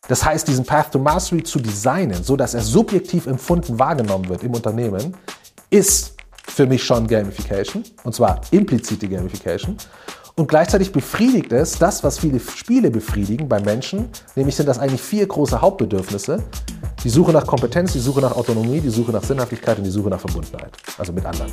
Das heißt, diesen Path to Mastery zu designen, so dass er subjektiv empfunden wahrgenommen wird im Unternehmen, ist für mich schon Gamification, und zwar implizite Gamification. Und gleichzeitig befriedigt es das, was viele Spiele befriedigen beim Menschen, nämlich sind das eigentlich 4 große Hauptbedürfnisse: die Suche nach Kompetenz, die Suche nach Autonomie, die Suche nach Sinnhaftigkeit und die Suche nach Verbundenheit, also mit anderen.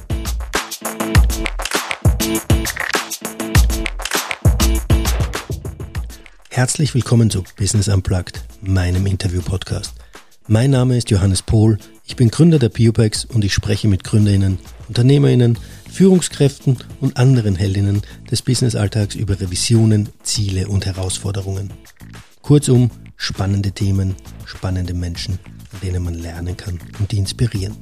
Herzlich willkommen zu Business Unplugged, meinem Interview-Podcast. Mein Name ist Johannes Pohl, ich bin Gründer der Biopex und ich spreche mit GründerInnen, UnternehmerInnen, Führungskräften und anderen Heldinnen des Business-Alltags über ihre Visionen, Ziele und Herausforderungen. Kurzum, spannende Themen, spannende Menschen, an denen man lernen kann und die inspirieren.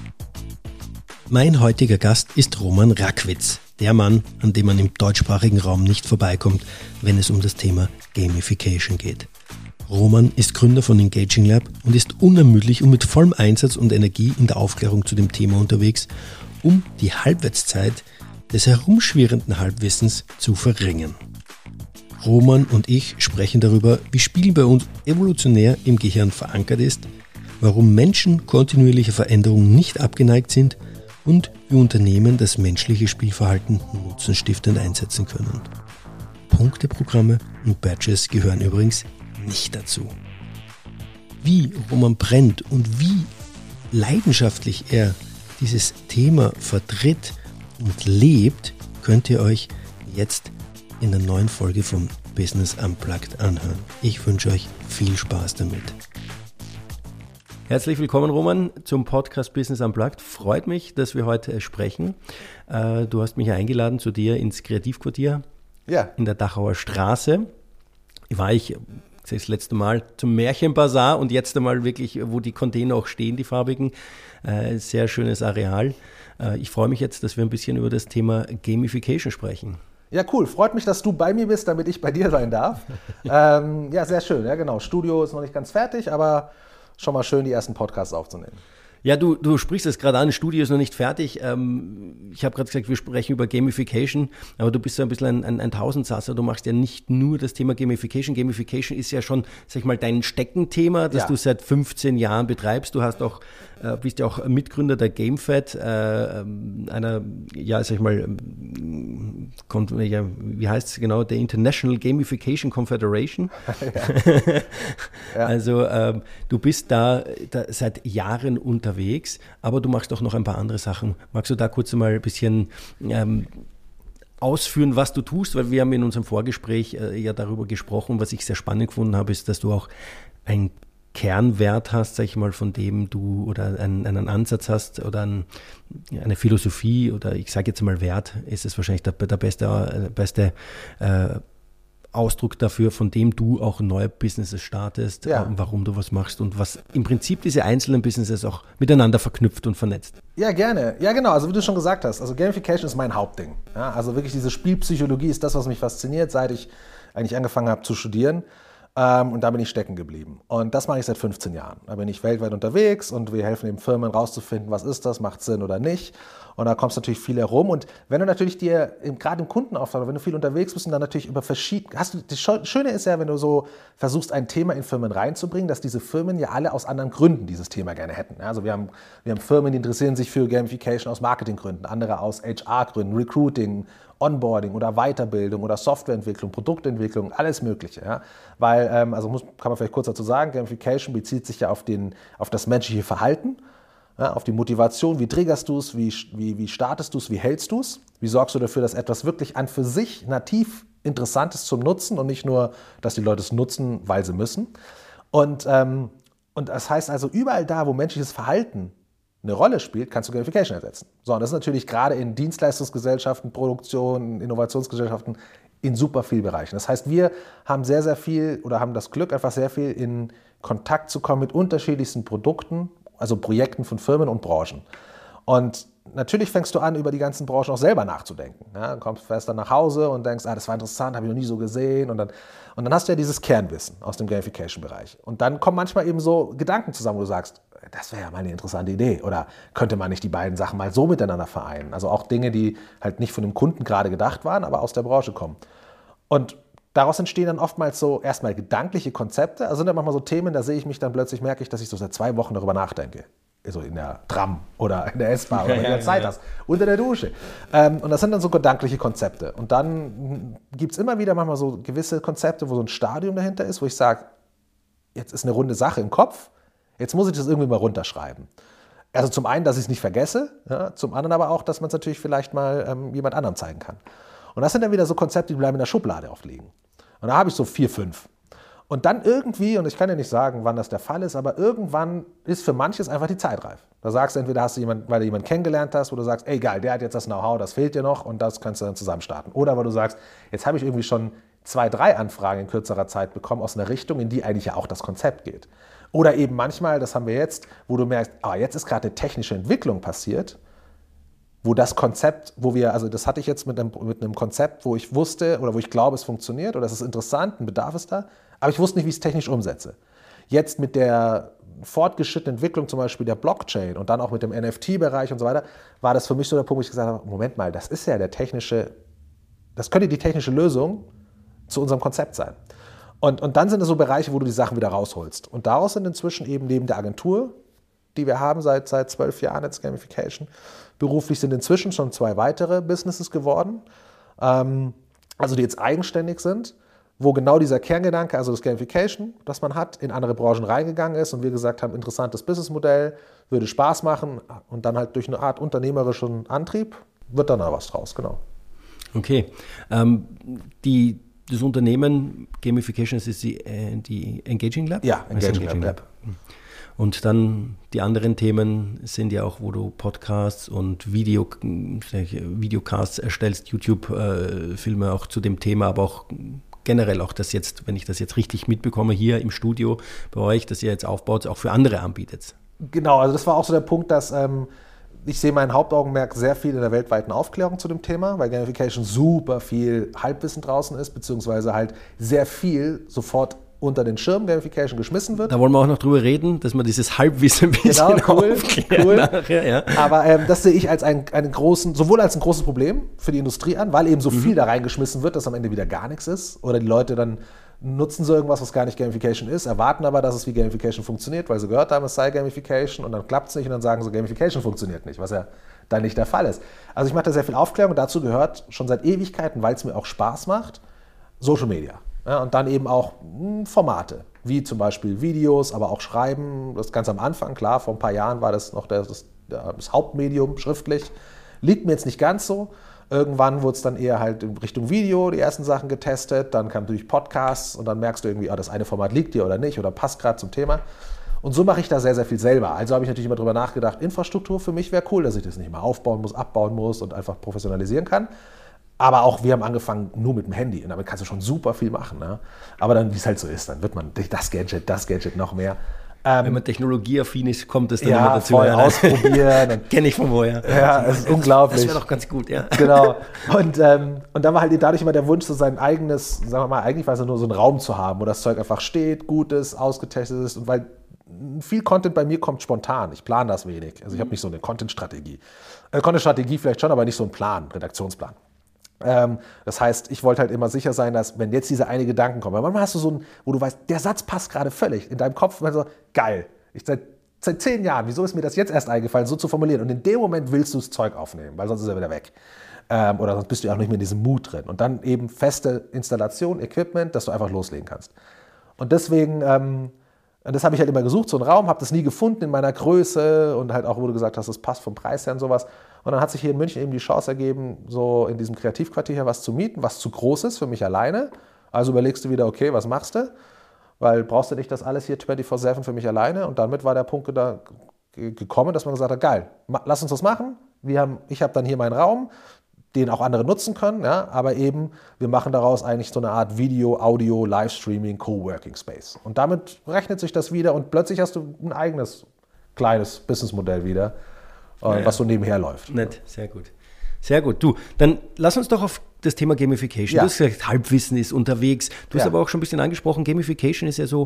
Mein heutiger Gast ist Roman Rackwitz, der Mann, an dem man im deutschsprachigen Raum nicht vorbeikommt, wenn es um das Thema Gamification geht. Roman ist Gründer von Engaging Lab und ist unermüdlich und mit vollem Einsatz und Energie in der Aufklärung zu dem Thema unterwegs, um die Halbwertszeit des herumschwirrenden Halbwissens zu verringern. Roman und ich sprechen darüber, wie Spiel bei uns evolutionär im Gehirn verankert ist, warum Menschen kontinuierlicher Veränderungen nicht abgeneigt sind und wie Unternehmen das menschliche Spielverhalten nutzenstiftend einsetzen können. Punkteprogramme und Badges gehören übrigens nicht dazu. Wie Roman brennt und wie leidenschaftlich er dieses Thema vertritt und lebt, könnt ihr euch jetzt in der neuen Folge von Business Unplugged anhören. Ich wünsche euch viel Spaß damit. Herzlich willkommen, Roman, zum Podcast Business Unplugged. Freut mich, dass wir heute sprechen. Du hast mich eingeladen zu dir ins Kreativquartier in der Dachauer Straße. War ich das letzte Mal zum Märchenbazar und jetzt einmal wirklich, wo die Container auch stehen, die farbigen. Sehr schönes Areal. Ich freue mich jetzt, dass wir ein bisschen über das Thema Gamification sprechen. Ja, cool. Freut mich, dass du bei mir bist, damit ich bei dir sein darf. Ja, sehr schön. Ja, genau. Studio ist noch nicht ganz fertig, aber schon mal schön, die ersten Podcasts aufzunehmen. Ja, du sprichst es gerade an, Studio ist noch nicht fertig. Ich habe gerade gesagt, wir sprechen über Gamification, aber du bist so ein bisschen ein Tausendsasser. Du machst ja nicht nur das Thema Gamification. Gamification ist ja schon, sag ich mal, dein Steckenthema, das du seit 15 Jahren betreibst. Du hast auch, bist ja auch Mitgründer der GameFed, einer, ja, sag ich mal, wie heißt es genau, der International Gamification Confederation. Ja. Also du bist da seit Jahren unterwegs, aber du machst auch noch ein paar andere Sachen. Magst du da kurz mal ein bisschen ausführen, was du tust? Weil wir haben in unserem Vorgespräch ja darüber gesprochen, was ich sehr spannend gefunden habe, ist, dass du auch einen Kernwert hast, sag ich mal, von dem du oder einen Ansatz hast oder eine Philosophie oder ich sage jetzt mal Wert, ist es wahrscheinlich der beste Ausdruck dafür, von dem du auch neue Businesses startest, warum du was machst und was im Prinzip diese einzelnen Businesses auch miteinander verknüpft und vernetzt. Ja, gerne. Ja, genau. Also wie du schon gesagt hast, also Gamification ist mein Hauptding. Ja, also wirklich diese Spielpsychologie ist das, was mich fasziniert, seit ich eigentlich angefangen habe zu studieren. Und da bin ich stecken geblieben. Und das mache ich seit 15 Jahren. Da bin ich weltweit unterwegs und wir helfen eben Firmen rauszufinden, was ist das, macht Sinn oder nicht. Und da kommst natürlich viel herum. Und wenn du natürlich dir, gerade im Kundenauftrag, wenn du viel unterwegs bist und dann natürlich über verschiedene, das Schöne ist ja, wenn du so versuchst, ein Thema in Firmen reinzubringen, dass diese Firmen ja alle aus anderen Gründen dieses Thema gerne hätten. Also wir haben Firmen, die interessieren sich für Gamification aus Marketinggründen, andere aus HR-Gründen, Recruiting, Onboarding oder Weiterbildung oder Softwareentwicklung, Produktentwicklung, alles Mögliche. Ja? Weil, kann man vielleicht kurz dazu sagen, Gamification bezieht sich ja auf das menschliche Verhalten, ja, auf die Motivation, wie triggerst du es, wie startest du es, wie hältst du es, wie sorgst du dafür, dass etwas wirklich an für sich nativ interessant ist zum Nutzen und nicht nur, dass die Leute es nutzen, weil sie müssen. Und das heißt also, überall da, wo menschliches Verhalten eine Rolle spielt, kannst du Gamification ersetzen. So, und das ist natürlich gerade in Dienstleistungsgesellschaften, Produktion, Innovationsgesellschaften in super vielen Bereichen. Das heißt, wir haben sehr, sehr viel oder haben das Glück, einfach sehr viel in Kontakt zu kommen mit unterschiedlichsten Produkten, also Projekten von Firmen und Branchen. Und natürlich fängst du an, über die ganzen Branchen auch selber nachzudenken. Ja, du fährst dann nach Hause und denkst, das war interessant, habe ich noch nie so gesehen. Und dann hast du ja dieses Kernwissen aus dem Gamification-Bereich. Und dann kommen manchmal eben so Gedanken zusammen, wo du sagst, das wäre ja mal eine interessante Idee. Oder könnte man nicht die beiden Sachen mal so miteinander vereinen? Also auch Dinge, die halt nicht von dem Kunden gerade gedacht waren, aber aus der Branche kommen. Und daraus entstehen dann oftmals so erstmal gedankliche Konzepte. Also sind dann manchmal so Themen, da sehe ich mich dann plötzlich, merke ich, dass ich so seit 2 Wochen darüber nachdenke. So in der Tram oder in der S-Bahn oder in der Zeitas, unter der Dusche. Und das sind dann so gedankliche Konzepte. Und dann gibt es immer wieder manchmal so gewisse Konzepte, wo so ein Stadium dahinter ist, wo ich sage, jetzt ist eine runde Sache im Kopf, jetzt muss ich das irgendwie mal runterschreiben. Also zum einen, dass ich es nicht vergesse, ja, zum anderen aber auch, dass man es natürlich vielleicht mal jemand anderem zeigen kann. Und das sind dann wieder so Konzepte, die bleiben in der Schublade oft liegen. Und da habe ich so 4, 5. Und dann irgendwie, und ich kann ja nicht sagen, wann das der Fall ist, aber irgendwann ist für manches einfach die Zeit reif. Da sagst du, entweder hast du jemanden, weil du jemanden kennengelernt hast, wo du sagst, ey geil, der hat jetzt das Know-how, das fehlt dir noch und das kannst du dann zusammen starten. Oder weil du sagst, jetzt habe ich irgendwie schon 2, 3 Anfragen in kürzerer Zeit bekommen aus einer Richtung, in die eigentlich ja auch das Konzept geht. Oder eben manchmal, das haben wir jetzt, wo du merkst, jetzt ist gerade eine technische Entwicklung passiert, wo das Konzept, also das hatte ich jetzt mit einem Konzept, wo ich wusste oder wo ich glaube, es funktioniert oder es ist interessant, ein Bedarf ist da, aber ich wusste nicht, wie ich es technisch umsetze. Jetzt mit der fortgeschrittenen Entwicklung zum Beispiel der Blockchain und dann auch mit dem NFT-Bereich und so weiter, war das für mich so der Punkt, wo ich gesagt habe, Moment mal, das ist ja das könnte die technische Lösung zu unserem Konzept sein. Und dann sind es so Bereiche, wo du die Sachen wieder rausholst. Und daraus sind inzwischen eben neben der Agentur, die wir haben seit 12 Jahren jetzt Gamification, beruflich sind inzwischen schon 2 weitere Businesses geworden, also die jetzt eigenständig sind, wo genau dieser Kerngedanke, also das Gamification, das man hat, in andere Branchen reingegangen ist und wir gesagt haben, interessantes Businessmodell, würde Spaß machen und dann halt durch eine Art unternehmerischen Antrieb wird dann da was draus, genau. Okay, das Unternehmen Gamification ist die Engaging Lab? Ja, Engaging Lab. Und dann die anderen Themen sind ja auch, wo du Podcasts und Videocasts erstellst, YouTube-Filme auch zu dem Thema, aber auch generell auch das jetzt, wenn ich das jetzt richtig mitbekomme, hier im Studio bei euch, dass ihr jetzt aufbaut, auch für andere anbietet. Genau, also das war auch so der Punkt, dass ich sehe mein Hauptaugenmerk sehr viel in der weltweiten Aufklärung zu dem Thema, weil Gamification super viel Halbwissen draußen ist, beziehungsweise halt sehr viel sofort unter den Schirm Gamification geschmissen wird. Da wollen wir auch noch drüber reden, dass man dieses Halbwissen ein bisschen cool. Nachher, ja. Aber das sehe ich als sowohl als ein großes Problem für die Industrie an, weil eben so viel da reingeschmissen wird, dass am Ende wieder gar nichts ist. Oder die Leute dann nutzen so irgendwas, was gar nicht Gamification ist, erwarten aber, dass es wie Gamification funktioniert, weil sie gehört haben, es sei Gamification und dann klappt es nicht und dann sagen sie, Gamification funktioniert nicht, was ja dann nicht der Fall ist. Also ich mache da sehr viel Aufklärung und dazu gehört schon seit Ewigkeiten, weil es mir auch Spaß macht, Social Media. Ja, und dann eben auch Formate, wie zum Beispiel Videos, aber auch Schreiben. Das ganz am Anfang, klar, vor ein paar Jahren war das noch das Hauptmedium schriftlich. Liegt mir jetzt nicht ganz so. Irgendwann wurde es dann eher halt in Richtung Video, die ersten Sachen getestet. Dann kam natürlich Podcasts und dann merkst du irgendwie, das eine Format liegt dir oder nicht oder passt gerade zum Thema. Und so mache ich da sehr, sehr viel selber. Also habe ich natürlich immer drüber nachgedacht, Infrastruktur für mich wäre cool, dass ich das nicht mehr aufbauen muss, abbauen muss und einfach professionalisieren kann. Aber auch wir haben angefangen nur mit dem Handy und damit kannst du schon super viel machen. Ne? Aber dann, wie es halt so ist, dann wird man das Gadget noch mehr. Wenn man technologieaffin ist, kommt es dann immer dazu. Voll ausprobieren. Kenne ich von woher. Ja, es ist unglaublich. Das wäre doch ganz gut, ja. Genau. Und dann war halt dadurch immer der Wunsch, so sein eigenes, sagen wir mal, eigentlich war es nur so einen Raum zu haben, wo das Zeug einfach steht, gut ist, ausgetestet ist. Und weil viel Content bei mir kommt spontan. Ich plane das wenig. Also ich habe nicht so eine Content-Strategie. Content-Strategie vielleicht schon, aber nicht so einen Plan, Redaktionsplan. Das heißt, ich wollte halt immer sicher sein, dass, wenn jetzt diese eine Gedanken kommen, weil manchmal hast du so einen, wo du weißt, der Satz passt gerade völlig in deinem Kopf, so, geil, seit 10 Jahren, wieso ist mir das jetzt erst eingefallen, so zu formulieren? Und in dem Moment willst du das Zeug aufnehmen, weil sonst ist er wieder weg. Oder sonst bist du ja auch nicht mehr in diesem Mood drin. Und dann eben feste Installation, Equipment, dass du einfach loslegen kannst. Und deswegen, das habe ich halt immer gesucht, so einen Raum, habe das nie gefunden in meiner Größe und halt auch, wo du gesagt hast, das passt vom Preis her und sowas. Und dann hat sich hier in München eben die Chance ergeben, so in diesem Kreativquartier hier was zu mieten, was zu groß ist für mich alleine. Also überlegst du wieder, okay, was machst du? Weil brauchst du nicht das alles hier 24/7 für mich alleine? Und damit war der Punkt da gekommen, dass man gesagt hat, geil, lass uns das machen. Ich habe dann hier meinen Raum, den auch andere nutzen können, ja, aber eben, wir machen daraus eigentlich so eine Art Video, Audio, Livestreaming, Coworking Space. Und damit rechnet sich das wieder und plötzlich hast du ein eigenes kleines Businessmodell wieder, was so nebenher läuft. Nett, sehr gut. Sehr gut. Du, dann lass uns doch auf das Thema Gamification. Ja. Du hast gesagt, Halbwissen ist unterwegs. Du hast Ja. aber auch schon ein bisschen angesprochen, Gamification ist ja so,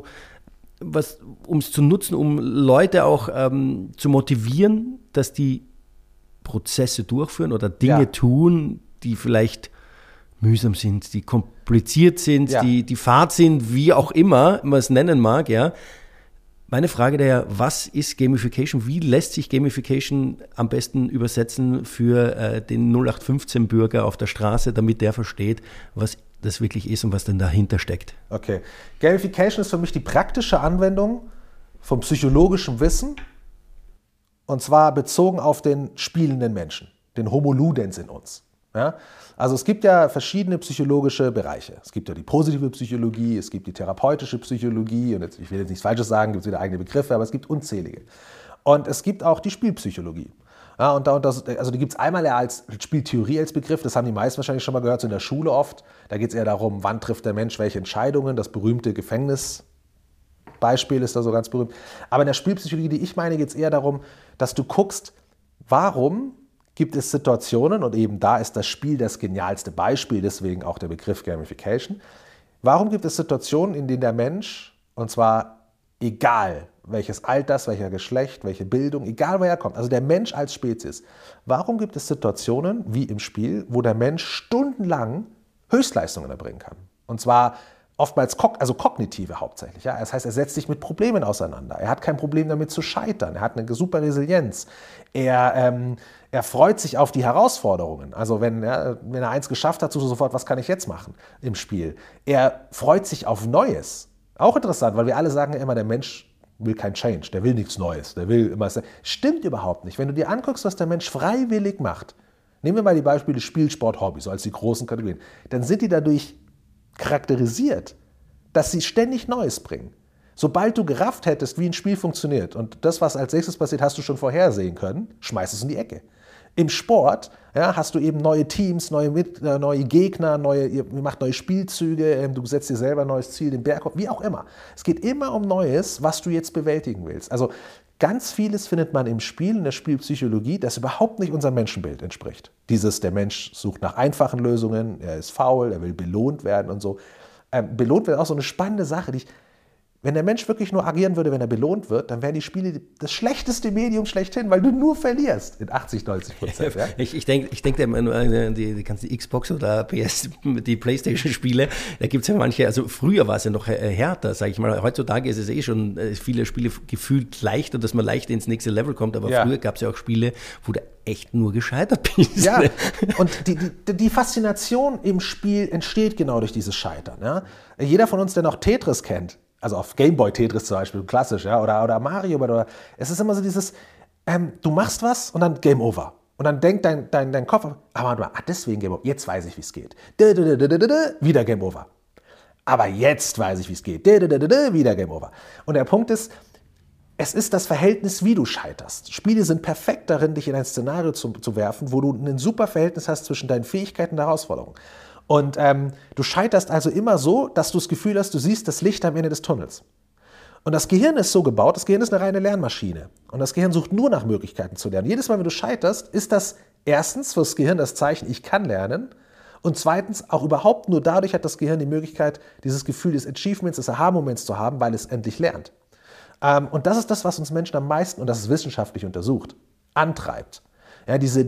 um es zu nutzen, um Leute auch zu motivieren, dass die Prozesse durchführen oder Dinge Ja. tun, die vielleicht mühsam sind, die kompliziert sind, Ja. die fad sind, wie auch immer man es nennen mag, ja. Meine Frage daher, was ist Gamification? Wie lässt sich Gamification am besten übersetzen für den 0815-Bürger auf der Straße, damit der versteht, was das wirklich ist und was denn dahinter steckt? Okay. Gamification ist für mich die praktische Anwendung vom psychologischen Wissen, und zwar bezogen auf den spielenden Menschen, den Homo Ludens in uns. Ja? Also es gibt ja verschiedene psychologische Bereiche. Es gibt ja die positive Psychologie, es gibt die therapeutische Psychologie, und jetzt, ich will jetzt nichts Falsches sagen, gibt es wieder eigene Begriffe, aber es gibt unzählige. Und es gibt auch die Spielpsychologie. Ja, also die gibt es einmal als Spieltheorie als Begriff, das haben die meisten wahrscheinlich schon mal gehört, so in der Schule oft. Da geht es eher darum, wann trifft der Mensch welche Entscheidungen, das berühmte Gefängnisbeispiel ist da so ganz berühmt. Aber in der Spielpsychologie, die ich meine, geht es eher darum, dass du guckst, warum gibt es Situationen, und eben da ist das Spiel das genialste Beispiel, deswegen auch der Begriff Gamification. Warum gibt es Situationen, in denen der Mensch, und zwar egal welches Alters, welcher Geschlecht, welche Bildung, egal woher er kommt, also der Mensch als Spezies, warum gibt es Situationen, wie im Spiel, wo der Mensch stundenlang Höchstleistungen erbringen kann? Und zwar oftmals kognitive hauptsächlich. Ja? Das heißt, er setzt sich mit Problemen auseinander. Er hat kein Problem damit zu scheitern. Er hat eine super Resilienz. Er freut sich auf die Herausforderungen. Also wenn er eins geschafft hat, sucht er sofort, was kann ich jetzt machen im Spiel. Er freut sich auf Neues. Auch interessant, weil wir alle sagen ja immer, der Mensch will kein Change, der will nichts Neues, der will immer. Stimmt überhaupt nicht. Wenn du dir anguckst, was der Mensch freiwillig macht, nehmen wir mal die Beispiele Spiel, Sport, Hobby, so als die großen Kategorien, dann sind die dadurch charakterisiert, dass sie ständig Neues bringen. Sobald du gerafft hättest, wie ein Spiel funktioniert und das, was als nächstes passiert, hast du schon vorhersehen können, schmeiß es in die Ecke. Im Sport hast du eben neue Teams, neue Gegner, ihr macht neue Spielzüge, du setzt dir selber ein neues Ziel, den Berg, wie auch immer. Es geht immer um Neues, was du jetzt bewältigen willst. Also ganz vieles findet man im Spiel, in der Spielpsychologie, das überhaupt nicht unserem Menschenbild entspricht. Der Mensch sucht nach einfachen Lösungen, er ist faul, er will belohnt werden und so. Belohnt wird auch so eine spannende Sache, wenn der Mensch wirklich nur agieren würde, wenn er belohnt wird, dann wären die Spiele das schlechteste Medium schlechthin, weil du nur verlierst in 80-90%. Ja? Ich denke immer nur an die ganzen Xbox oder PS, die Playstation-Spiele. Da gibt es ja manche, also früher war es ja noch härter, sage ich mal. Heutzutage ist es schon viele Spiele gefühlt leichter, dass man leicht ins nächste Level kommt. Aber früher gab es ja auch Spiele, wo du echt nur gescheitert bist. Ja, und die Faszination im Spiel entsteht genau durch dieses Scheitern. Ja? Jeder von uns, der noch Tetris kennt, also auf Gameboy Tetris zum Beispiel, klassisch, ja, oder Mario, oder es ist immer so dieses, du machst was und dann Game Over. Und dann denkt dein Kopf, deswegen Game Over, jetzt weiß ich, wie es geht. Wieder Game Over. Aber jetzt weiß ich, wie es geht. Wieder Game Over. Und der Punkt ist, es ist das Verhältnis, wie du scheiterst. Spiele sind perfekt darin, dich in ein Szenario zu werfen, wo du ein super Verhältnis hast zwischen deinen Fähigkeiten und der Herausforderung. Und du scheiterst also immer so, dass du das Gefühl hast, du siehst das Licht am Ende des Tunnels. Und das Gehirn ist so gebaut, das Gehirn ist eine reine Lernmaschine. Und das Gehirn sucht nur nach Möglichkeiten zu lernen. Jedes Mal, wenn du scheiterst, ist das erstens für das Gehirn das Zeichen, ich kann lernen. Und zweitens, auch überhaupt nur dadurch hat das Gehirn die Möglichkeit, dieses Gefühl des Achievements, des Aha-Moments zu haben, weil es endlich lernt. Und das ist das, was uns Menschen am meisten, und das ist wissenschaftlich untersucht, antreibt. Ja, diese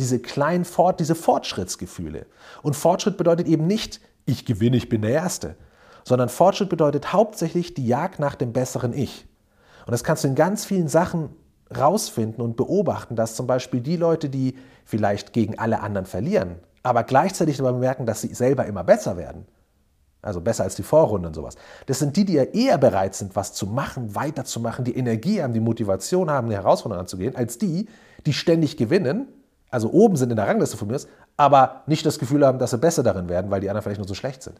Fortschrittsgefühle. Und Fortschritt bedeutet eben nicht, ich gewinne, ich bin der Erste, sondern Fortschritt bedeutet hauptsächlich die Jagd nach dem besseren Ich. Und das kannst du in ganz vielen Sachen rausfinden und beobachten, dass zum Beispiel die Leute, die vielleicht gegen alle anderen verlieren, aber gleichzeitig dabei bemerken, dass sie selber immer besser werden, also besser als die Vorrunde und sowas, das sind die ja eher bereit sind, was zu machen, weiterzumachen, die Energie haben, die Motivation haben, eine Herausforderung anzugehen, als die ständig gewinnen, also oben sind in der Rangliste von mir, aber nicht das Gefühl haben, dass sie besser darin werden, weil die anderen vielleicht nur so schlecht sind.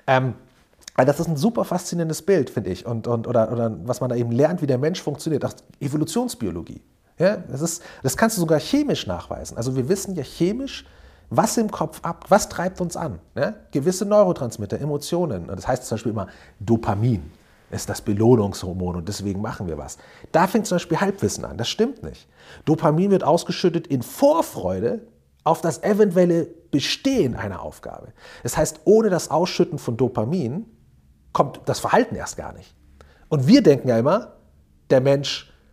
Das ist ein super faszinierendes Bild, finde ich, oder was man da eben lernt, wie der Mensch funktioniert, auch Evolutionsbiologie. Ja, das kannst du sogar chemisch nachweisen. Also wir wissen ja chemisch, was im Kopf was treibt uns an. Ja? Gewisse Neurotransmitter, Emotionen. Und das heißt zum Beispiel immer Dopamin ist das Belohnungshormon und deswegen machen wir was. Da fängt zum Beispiel Halbwissen an. Das stimmt nicht. Dopamin wird ausgeschüttet in Vorfreude auf das eventuelle Bestehen einer Aufgabe. Das heißt, ohne das Ausschütten von Dopamin kommt das Verhalten erst gar nicht. Und wir denken ja immer, der Mensch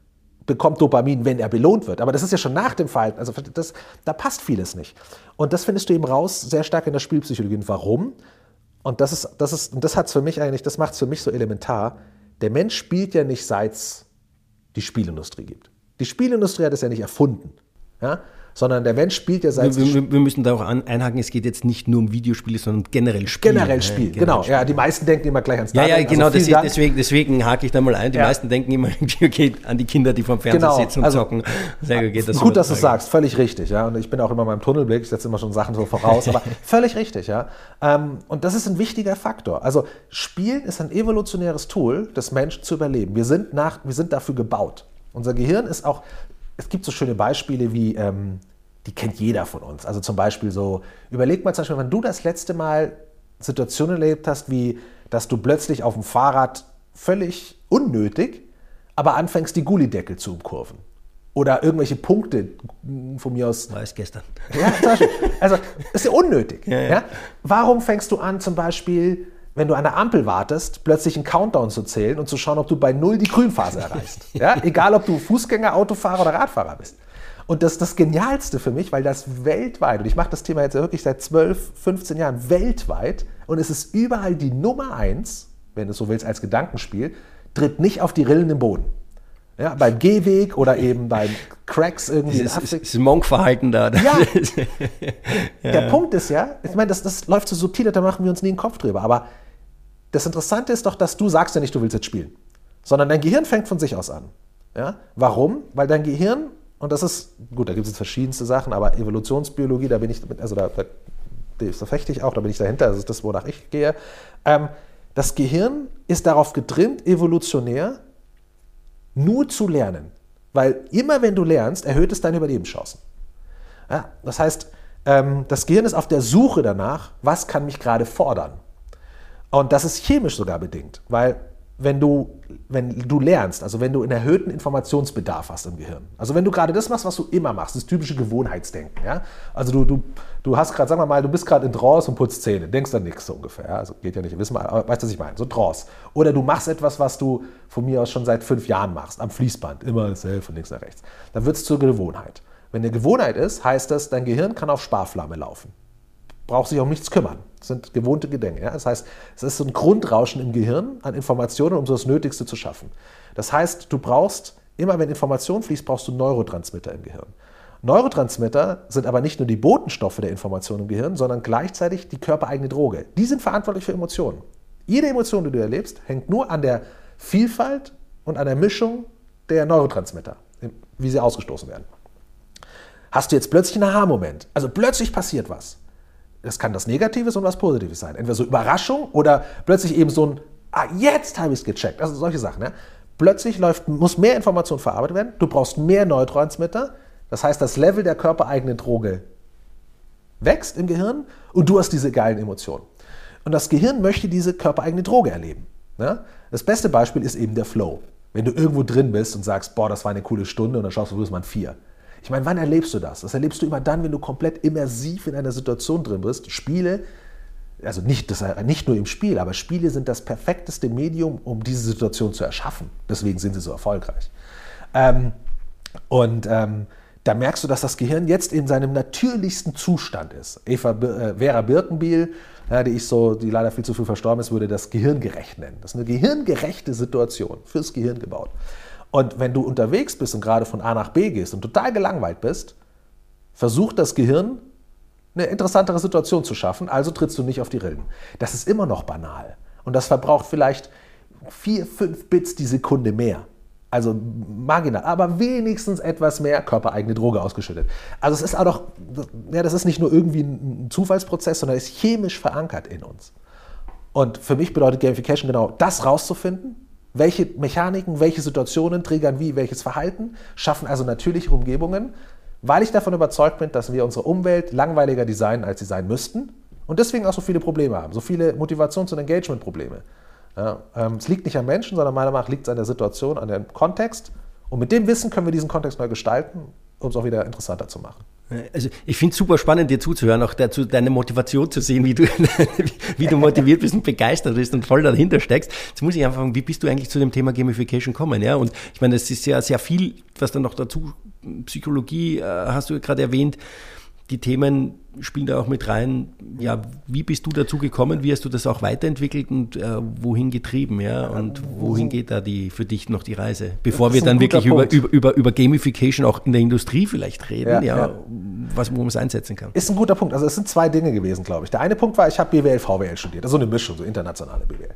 bekommt Dopamin, wenn er belohnt wird. Aber das ist ja schon nach dem Verhalten. Also da passt vieles nicht. Und das findest du eben raus, sehr stark in der Spielpsychologie. Und warum? Und das macht es für mich so elementar. Der Mensch spielt ja nicht, seit es die Spielindustrie gibt. Die Spielindustrie hat es ja nicht erfunden. Ja? Sondern der Mensch spielt ja seit... Wir müssen da auch einhaken, es geht jetzt nicht nur um Videospiele, sondern generell Spielen. Generell Spielen, genau. Ja, die meisten denken immer gleich ans Startup. Ja, genau, also deswegen hake ich da mal ein. Die meisten denken immer an die Kinder, die vorm Fernseher sitzen und zocken. Sehr gut, gut, dass du es sagst, völlig richtig. Ja? Und ich bin auch immer in meinem Tunnelblick, ich setze immer schon Sachen so voraus, aber völlig richtig. Ja? Und das ist ein wichtiger Faktor. Also Spielen ist ein evolutionäres Tool, des Menschen zu überleben. Wir sind dafür gebaut. Unser Gehirn ist auch... Es gibt so schöne Beispiele wie, die kennt jeder von uns. Also zum Beispiel so, überleg mal zum Beispiel, wenn du das letzte Mal Situationen erlebt hast, wie, dass du plötzlich auf dem Fahrrad völlig unnötig, aber anfängst, die Gullideckel zu umkurven. Oder irgendwelche Punkte von mir aus. War es gestern. Ja, zum Beispiel. Also, ist ja unnötig. Ja. Warum fängst du an, zum Beispiel, wenn du an der Ampel wartest, plötzlich einen Countdown zu zählen und zu schauen, ob du bei 0 die Grünphase erreichst. Ja? Egal, ob du Fußgänger, Autofahrer oder Radfahrer bist. Und das ist das Genialste für mich, weil das weltweit, und ich mache das Thema jetzt wirklich seit 12, 15 Jahren weltweit, und es ist überall die Nummer 1, wenn du es so willst, als Gedankenspiel, tritt nicht auf die Rillen im Boden. Ja, beim Gehweg oder eben beim Cracks irgendwie. Das Monk-Verhalten da. Ja. Der Punkt ist ja, ich meine, das läuft so subtil, da machen wir uns nie einen Kopf drüber. Aber das Interessante ist doch, dass du sagst ja nicht, du willst jetzt spielen. Sondern dein Gehirn fängt von sich aus an. Ja? Warum? Weil dein Gehirn, und das ist, gut, da gibt es jetzt verschiedenste Sachen, aber Evolutionsbiologie, da bin ich, also da verfechte ich auch, da bin ich dahinter, das ist das, wonach ich gehe. Das Gehirn ist darauf getrimmt, evolutionär, nur zu lernen. Weil immer wenn du lernst, erhöht es deine Überlebenschancen. Ja, das heißt, das Gehirn ist auf der Suche danach, was kann mich gerade fordern. Und das ist chemisch sogar bedingt, weil wenn du lernst, also wenn du einen erhöhten Informationsbedarf hast im Gehirn, also wenn du gerade das machst, was du immer machst, das typische Gewohnheitsdenken, ja? Also du hast gerade, sagen wir mal, du bist gerade in Trance und putzt Zähne, denkst an nichts so ungefähr, ja? Also geht ja nicht, wissen wir, aber weißt du, was ich meine, so Trance. Oder du machst etwas, was du von mir aus schon seit 5 Jahren machst, am Fließband, immer dasselbe von links nach rechts. Dann wird es zur Gewohnheit. Wenn eine Gewohnheit ist, heißt das, dein Gehirn kann auf Sparflamme laufen. Braucht sich um nichts kümmern. Das sind gewohnte Gedänge. Ja? Das heißt, es ist so ein Grundrauschen im Gehirn an Informationen, um so das Nötigste zu schaffen. Das heißt, du brauchst, immer wenn Information fließt, brauchst du Neurotransmitter im Gehirn. Neurotransmitter sind aber nicht nur die Botenstoffe der Information im Gehirn, sondern gleichzeitig die körpereigene Droge. Die sind verantwortlich für Emotionen. Jede Emotion, die du erlebst, hängt nur an der Vielfalt und an der Mischung der Neurotransmitter, wie sie ausgestoßen werden. Hast du jetzt plötzlich einen Aha-Moment, also plötzlich passiert was. Das kann das Negatives und was Positives sein. Entweder so Überraschung oder plötzlich eben so ein, jetzt habe ich es gecheckt. Also solche Sachen. Ja. Plötzlich muss mehr Information verarbeitet werden. Du brauchst mehr Neurotransmitter. Das heißt, das Level der körpereigenen Droge wächst im Gehirn und du hast diese geilen Emotionen. Und das Gehirn möchte diese körpereigene Droge erleben. Ja. Das beste Beispiel ist eben der Flow. Wenn du irgendwo drin bist und sagst, boah, das war eine coole Stunde und dann schaust du, wo ist man 4. Ich meine, wann erlebst du das? Das erlebst du immer dann, wenn du komplett immersiv in einer Situation drin bist. Spiele, also nicht nur im Spiel, aber Spiele sind das perfekteste Medium, um diese Situation zu erschaffen. Deswegen sind sie so erfolgreich. Da merkst du, dass das Gehirn jetzt in seinem natürlichsten Zustand ist. Vera Birkenbiel, die leider viel zu früh verstorben ist, würde das gehirngerecht nennen. Das ist eine gehirngerechte Situation, fürs Gehirn gebaut. Und wenn du unterwegs bist und gerade von A nach B gehst und total gelangweilt bist, versucht das Gehirn, eine interessantere Situation zu schaffen, also trittst du nicht auf die Rillen. Das ist immer noch banal. Und das verbraucht vielleicht 4, 5 Bits die Sekunde mehr. Also marginal, aber wenigstens etwas mehr körpereigene Droge ausgeschüttet. Also es ist auch noch, ja, das ist nicht nur irgendwie ein Zufallsprozess, sondern ist chemisch verankert in uns. Und für mich bedeutet Gamification genau das rauszufinden, welche Mechaniken, welche Situationen triggern wie, welches Verhalten, schaffen also natürliche Umgebungen, weil ich davon überzeugt bin, dass wir unsere Umwelt langweiliger designen, als sie sein müssten und deswegen auch so viele Probleme haben, so viele Motivations- und Engagement-Probleme. Ja, es liegt nicht am Menschen, sondern meiner Meinung nach liegt es an der Situation, an dem Kontext und mit dem Wissen können wir diesen Kontext neu gestalten, um es auch wieder interessanter zu machen. Also ich finde es super spannend, dir zuzuhören, auch dazu deine Motivation zu sehen, wie du motiviert bist und begeistert bist und voll dahinter steckst. Jetzt muss ich einfach fragen, wie bist du eigentlich zu dem Thema Gamification gekommen? Ja? Und ich meine, es ist ja sehr viel, was dann noch dazu, Psychologie hast du gerade erwähnt, die Themen spielen da auch mit rein. Ja, wie bist du dazu gekommen? Wie hast du das auch weiterentwickelt und wohin getrieben? Ja? Und wohin geht da für dich noch die Reise? Bevor wir dann wirklich über Gamification auch in der Industrie vielleicht reden, wo man es einsetzen kann. Ist ein guter Punkt. Also es sind 2 Dinge gewesen, glaube ich. Der eine Punkt war, ich habe BWL, VWL studiert. Also eine Mischung, so internationale BWL.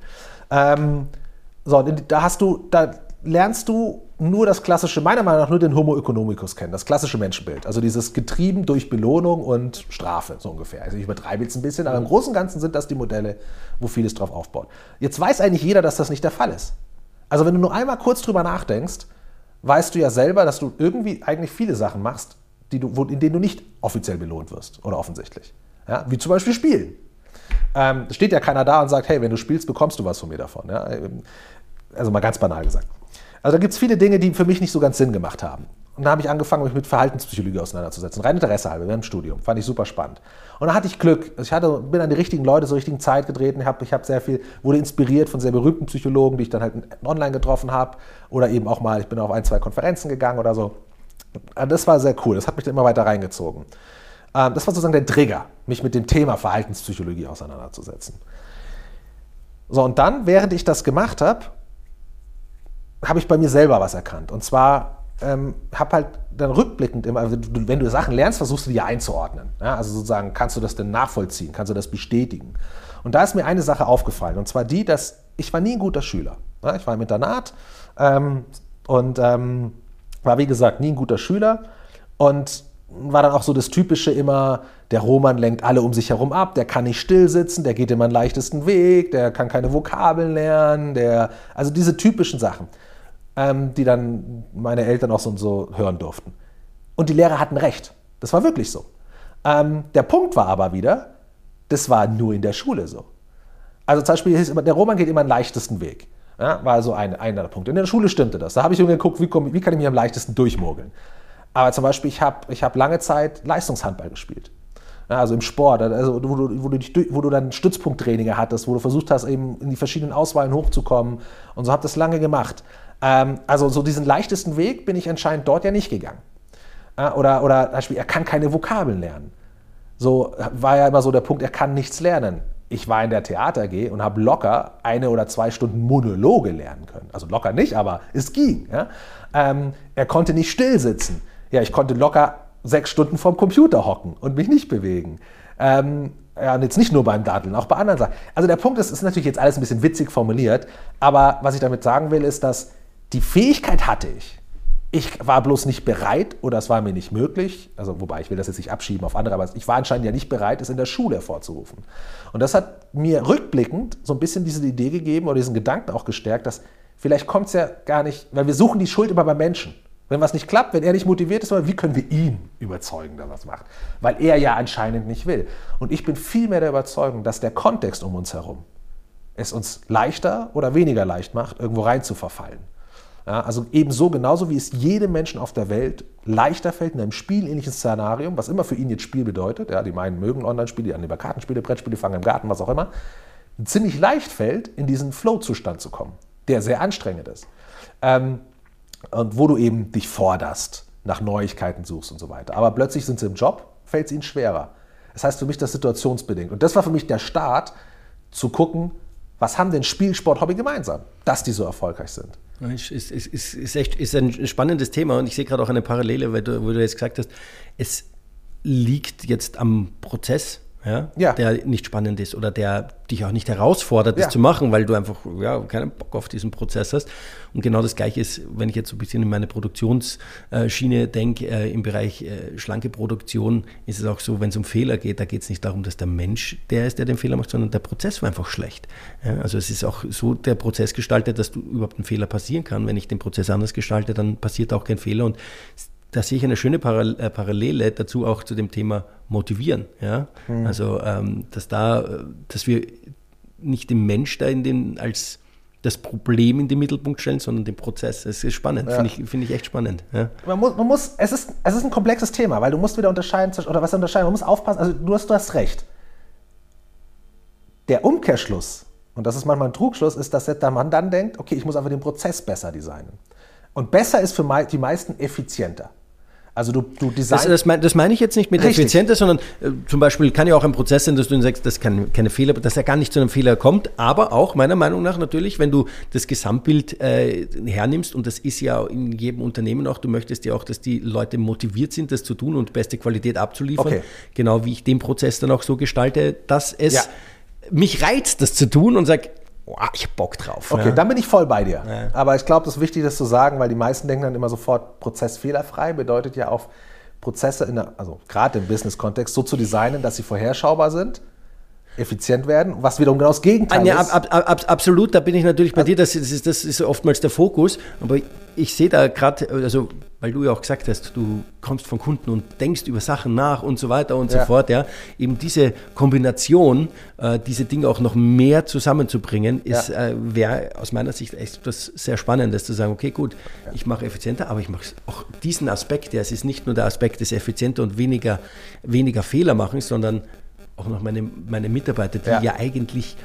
Da lernst du nur das klassische, meiner Meinung nach nur den Homo economicus kennen, das klassische Menschenbild. Also dieses getrieben durch Belohnung und Strafe, so ungefähr. Also ich übertreibe jetzt ein bisschen, aber im Großen und Ganzen sind das die Modelle, wo vieles drauf aufbaut. Jetzt weiß eigentlich jeder, dass das nicht der Fall ist. Also wenn du nur einmal kurz drüber nachdenkst, weißt du ja selber, dass du irgendwie eigentlich viele Sachen machst, in denen du nicht offiziell belohnt wirst oder offensichtlich. Ja? Wie zum Beispiel Spielen. Steht ja keiner da und sagt, hey, wenn du spielst, bekommst du was von mir davon. Ja? Also mal ganz banal gesagt. Also da gibt es viele Dinge, die für mich nicht so ganz Sinn gemacht haben. Und da habe ich angefangen, mich mit Verhaltenspsychologie auseinanderzusetzen. Rein Interesse halber, während dem Studium. Fand ich super spannend. Und da hatte ich Glück. Bin an die richtigen Leute zur richtigen Zeit getreten. Wurde inspiriert von sehr berühmten Psychologen, die ich dann halt online getroffen habe. Oder eben auch mal, ich bin auf 1, 2 Konferenzen gegangen oder so. Das war sehr cool. Das hat mich dann immer weiter reingezogen. Das war sozusagen der Trigger, mich mit dem Thema Verhaltenspsychologie auseinanderzusetzen. So, und dann, während ich das gemacht habe ich bei mir selber was erkannt. Und zwar habe halt dann rückblickend immer, also wenn du Sachen lernst, versuchst du die einzuordnen. Ja? Also sozusagen, kannst du das denn nachvollziehen? Kannst du das bestätigen? Und da ist mir eine Sache aufgefallen. Und zwar die, dass ich war nie ein guter Schüler. Ja? Ich war im Internat und war, wie gesagt, nie ein guter Schüler. Und war dann auch so das Typische immer, der Roman lenkt alle um sich herum ab, der kann nicht still sitzen, der geht immer den leichtesten Weg, der kann keine Vokabeln lernen, also diese typischen Sachen, die dann meine Eltern auch so hören durften. Und die Lehrer hatten recht, das war wirklich so. Der Punkt war aber wieder, das war nur in der Schule so. Also zum Beispiel hieß immer, der Roman geht immer den leichtesten Weg. Ja, war so einer der Punkte. In der Schule stimmte das. Da habe ich irgendwie geguckt, wie kann ich mich am leichtesten durchmogeln. Aber zum Beispiel, ich hab lange Zeit Leistungshandball gespielt. Ja, also im Sport, also wo du dann Stützpunkttraining hattest, wo du versucht hast, eben in die verschiedenen Auswahlen hochzukommen. Und so habe ich das lange gemacht. Also so diesen leichtesten Weg bin ich anscheinend dort ja nicht gegangen. Oder zum Beispiel, er kann keine Vokabeln lernen. So war ja immer so der Punkt, er kann nichts lernen. Ich war in der Theater AG und habe locker 1 oder 2 Stunden Monologe lernen können. Also locker nicht, aber es ging. Ja? Er konnte nicht still sitzen. Ja, ich konnte locker 6 Stunden vorm Computer hocken und mich nicht bewegen. Und jetzt nicht nur beim Daddeln, auch bei anderen Sachen. Also der Punkt ist natürlich jetzt alles ein bisschen witzig formuliert, aber was ich damit sagen will, ist, dass die Fähigkeit hatte ich. Ich war bloß nicht bereit oder es war mir nicht möglich, also wobei ich will das jetzt nicht abschieben auf andere, aber ich war anscheinend ja nicht bereit, es in der Schule hervorzurufen. Und das hat mir rückblickend so ein bisschen diese Idee gegeben oder diesen Gedanken auch gestärkt, dass vielleicht kommt es ja gar nicht, weil wir suchen die Schuld immer beim Menschen. Wenn was nicht klappt, wenn er nicht motiviert ist, wie können wir ihn überzeugen, dass er was macht? Weil er ja anscheinend nicht will. Und ich bin viel mehr der Überzeugung, dass der Kontext um uns herum es uns leichter oder weniger leicht macht, irgendwo rein zu verfallen. Ja, also ebenso, genauso wie es jedem Menschen auf der Welt leichter fällt, in einem spielähnlichen Szenarium, was immer für ihn jetzt Spiel bedeutet, ja, die einen mögen Online-Spiele, die anderen lieber Kartenspiele, Brettspiele, fangen im Garten, was auch immer, ziemlich leicht fällt, in diesen Flow-Zustand zu kommen, der sehr anstrengend ist. Und wo du eben dich forderst, nach Neuigkeiten suchst und so weiter. Aber plötzlich sind sie im Job, fällt es ihnen schwerer. Das heißt für mich, das situationsbedingt. Und das war für mich der Start, zu gucken, was haben denn Spiel, Sport, Hobby gemeinsam, dass die so erfolgreich sind. Ist ein spannendes Thema und ich sehe gerade auch eine Parallele, wo du jetzt gesagt hast, es liegt jetzt am Prozess, der nicht spannend ist oder der dich auch nicht herausfordert, das zu machen, weil du einfach keinen Bock auf diesen Prozess hast. Und genau das Gleiche ist, wenn ich jetzt so ein bisschen in meine Produktionsschiene denke, im Bereich schlanke Produktion ist es auch so, wenn es um Fehler geht, da geht es nicht darum, dass der Mensch der ist, der den Fehler macht, sondern der Prozess war einfach schlecht. Ja, also es ist auch so der Prozess gestaltet, dass du überhaupt ein Fehler passieren kann. Wenn ich den Prozess anders gestalte, dann passiert auch kein Fehler. Und da sehe ich eine schöne Parallele dazu auch zu dem Thema Motivieren. Ja? Also, dass wir nicht den Mensch da als das Problem in den Mittelpunkt stellen, sondern den Prozess. Es ist spannend, finde ich echt spannend. Ja. Es ist ein komplexes Thema, weil du musst wieder unterscheiden, man muss aufpassen, also du hast recht. Der Umkehrschluss, und das ist manchmal ein Trugschluss, ist, dass der Mann dann denkt, okay, ich muss einfach den Prozess besser designen. Und besser ist für die meisten effizienter. Also du designst... Das meine ich jetzt nicht mit effizienter, sondern zum Beispiel kann ja auch ein Prozess sein, dass du sagst, dass keine Fehler, dass er gar nicht zu einem Fehler kommt, aber auch meiner Meinung nach natürlich, wenn du das Gesamtbild hernimmst, und das ist ja in jedem Unternehmen auch, du möchtest ja auch, dass die Leute motiviert sind, das zu tun und beste Qualität abzuliefern, genau wie ich den Prozess dann auch so gestalte, dass es mich reizt, das zu tun und sage, ich hab Bock drauf. Okay, dann bin ich voll bei dir. Ja. Aber ich glaube, das ist wichtig, das zu sagen, weil die meisten denken dann immer sofort, prozessfehlerfrei bedeutet ja auch Prozesse, also gerade im Business-Kontext, so zu designen, dass sie vorherschaubar sind, effizient werden, was wiederum genau das Gegenteil ist. Absolut, da bin ich natürlich bei dir, das ist oftmals der Fokus, aber ich sehe da gerade, also weil du ja auch gesagt hast, du kommst von Kunden und denkst über Sachen nach und so weiter und so fort, eben diese Kombination, diese Dinge auch noch mehr zusammenzubringen, wäre aus meiner Sicht echt etwas sehr Spannendes, zu sagen, okay, gut, ich mache effizienter, aber ich mache auch diesen Aspekt, es ist nicht nur der Aspekt des effizienter und weniger Fehler machen, sondern auch noch meine Mitarbeiter, die ja eigentlich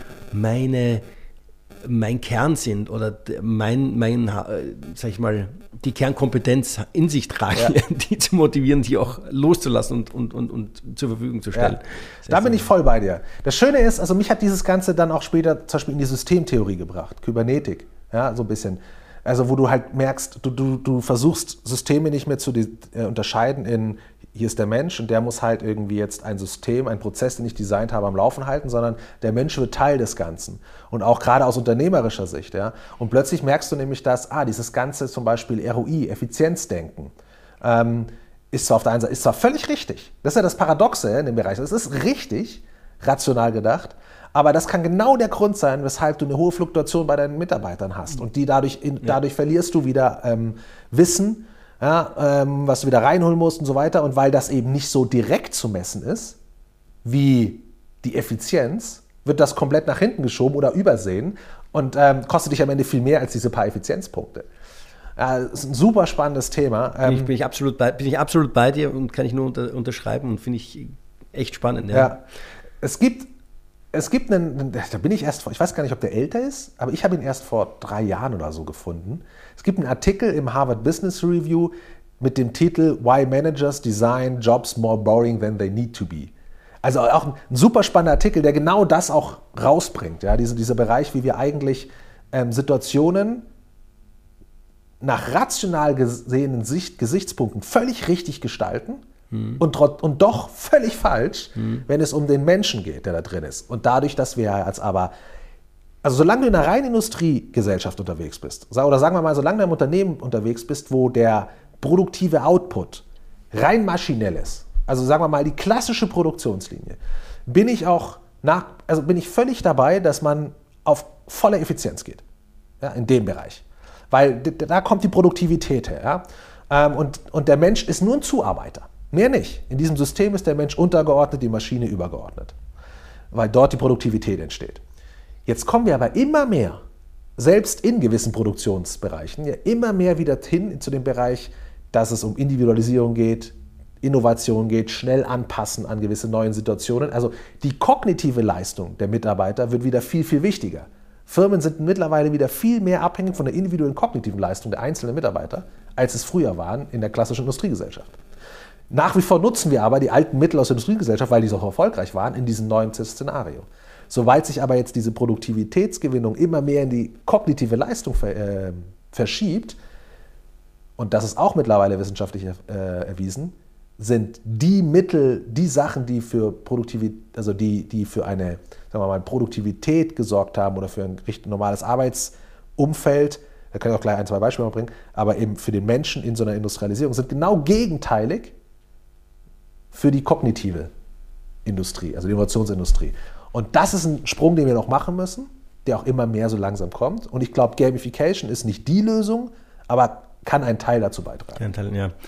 mein Kern sind oder sag ich mal, die Kernkompetenz in sich tragen, die zu motivieren, die auch loszulassen und zur Verfügung zu stellen. Ja. Da bin ich voll bei dir. Das Schöne ist, also mich hat dieses Ganze dann auch später zum Beispiel in die Systemtheorie gebracht, Kybernetik, so ein bisschen. Also wo du halt merkst, du versuchst Systeme nicht mehr zu unterscheiden in, hier ist der Mensch und der muss halt irgendwie jetzt ein System, einen Prozess, den ich designt habe, am Laufen halten, sondern der Mensch wird Teil des Ganzen. Und auch gerade aus unternehmerischer Sicht. Ja. Und plötzlich merkst du nämlich, dass dieses ganze zum Beispiel ROI, Effizienzdenken, ist zwar auf der einen Seite ist zwar völlig richtig. Das ist ja das Paradoxe in dem Bereich. Es ist richtig, rational gedacht, aber das kann genau der Grund sein, weshalb du eine hohe Fluktuation bei deinen Mitarbeitern hast. Und dadurch verlierst du wieder Wissen, was du wieder reinholen musst und so weiter. Und weil das eben nicht so direkt zu messen ist, wie die Effizienz, wird das komplett nach hinten geschoben oder übersehen und kostet dich am Ende viel mehr als diese paar Effizienzpunkte. Das ist ein super spannendes Thema. Bin ich absolut bei dir und kann ich nur unterschreiben und finde ich echt spannend. Ja. Es gibt einen, da bin ich ich weiß gar nicht, ob der älter ist, aber ich habe ihn erst vor 3 Jahren oder so gefunden. Es gibt einen Artikel im Harvard Business Review mit dem Titel Why Managers Design Jobs More Boring Than They Need to Be. Also auch ein super spannender Artikel, der genau das auch rausbringt. Ja? Dieser Bereich, wie wir eigentlich Situationen nach rational gesehenen Gesichtspunkten völlig richtig gestalten und doch völlig falsch, wenn es um den Menschen geht, der da drin ist. Und dadurch, dass wir solange du in einer reinen Industriegesellschaft unterwegs bist, oder sagen wir mal, solange du im Unternehmen unterwegs bist, wo der produktive Output rein maschinell ist, also sagen wir mal die klassische Produktionslinie, bin ich völlig dabei, dass man auf volle Effizienz geht, in dem Bereich. Weil da kommt die Produktivität her. Ja? Und der Mensch ist nur ein Zuarbeiter, mehr nicht. In diesem System ist der Mensch untergeordnet, die Maschine übergeordnet, weil dort die Produktivität entsteht. Jetzt kommen wir aber immer mehr, selbst in gewissen Produktionsbereichen, immer mehr wieder hin zu dem Bereich, dass es um Individualisierung geht, Innovation geht, schnell anpassen an gewisse neuen Situationen. Also die kognitive Leistung der Mitarbeiter wird wieder viel, viel wichtiger. Firmen sind mittlerweile wieder viel mehr abhängig von der individuellen kognitiven Leistung der einzelnen Mitarbeiter, als es früher waren in der klassischen Industriegesellschaft. Nach wie vor nutzen wir aber die alten Mittel aus der Industriegesellschaft, weil die so erfolgreich waren, in diesem neuen Szenario. Soweit sich aber jetzt diese Produktivitätsgewinnung immer mehr in die kognitive Leistung verschiebt, und das ist auch mittlerweile wissenschaftlich erwiesen, sind die Mittel, die Sachen, die für Produktivität, also die für eine, sagen wir mal, Produktivität gesorgt haben oder für ein richtig normales Arbeitsumfeld, da kann ich auch gleich 1, 2 Beispiele bringen, aber eben für den Menschen in so einer Industrialisierung sind genau gegenteilig für die kognitive Industrie, also die Innovationsindustrie. Und das ist ein Sprung, den wir noch machen müssen, der auch immer mehr so langsam kommt. Und ich glaube, Gamification ist nicht die Lösung, aber kann einen Teil dazu beitragen. Ein Teil, ja.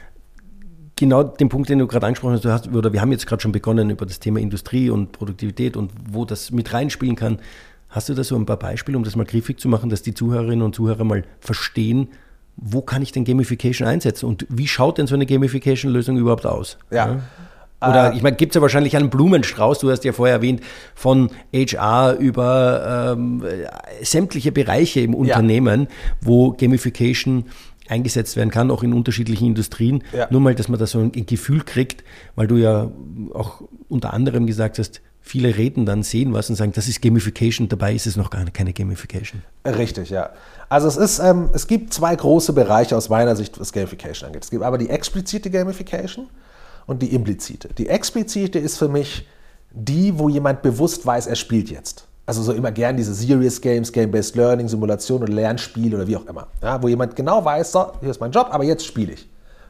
Genau den Punkt, den du gerade angesprochen hast, wir haben jetzt gerade schon begonnen, über das Thema Industrie und Produktivität und wo das mit reinspielen kann, Hast du da so ein paar Beispiele, um das mal griffig zu machen, dass die Zuhörerinnen und Zuhörer mal verstehen, wo kann ich denn Gamification einsetzen und wie schaut denn so eine Gamification-Lösung überhaupt aus? Ja. Oder ich meine, gibt es ja wahrscheinlich einen Blumenstrauß, du hast ja vorher erwähnt, von HR über sämtliche Bereiche im Unternehmen, wo Gamification eingesetzt werden kann, auch in unterschiedlichen Industrien. Ja. Nur mal, dass man da so ein Gefühl kriegt, weil du ja auch unter anderem gesagt hast, viele reden dann, sehen was und sagen, das ist Gamification, dabei ist es noch gar keine Gamification. Richtig, ja. Also es gibt zwei große Bereiche aus meiner Sicht, was Gamification angeht. Es gibt aber die explizite Gamification und die implizite. Die explizite ist für mich die, wo jemand bewusst weiß, er spielt jetzt. Also so immer gern diese Serious Games, Game-Based Learning, Simulation oder Lernspiel oder wie auch immer. Ja, wo jemand genau weiß, so, hier ist mein Job, aber jetzt spiele ich.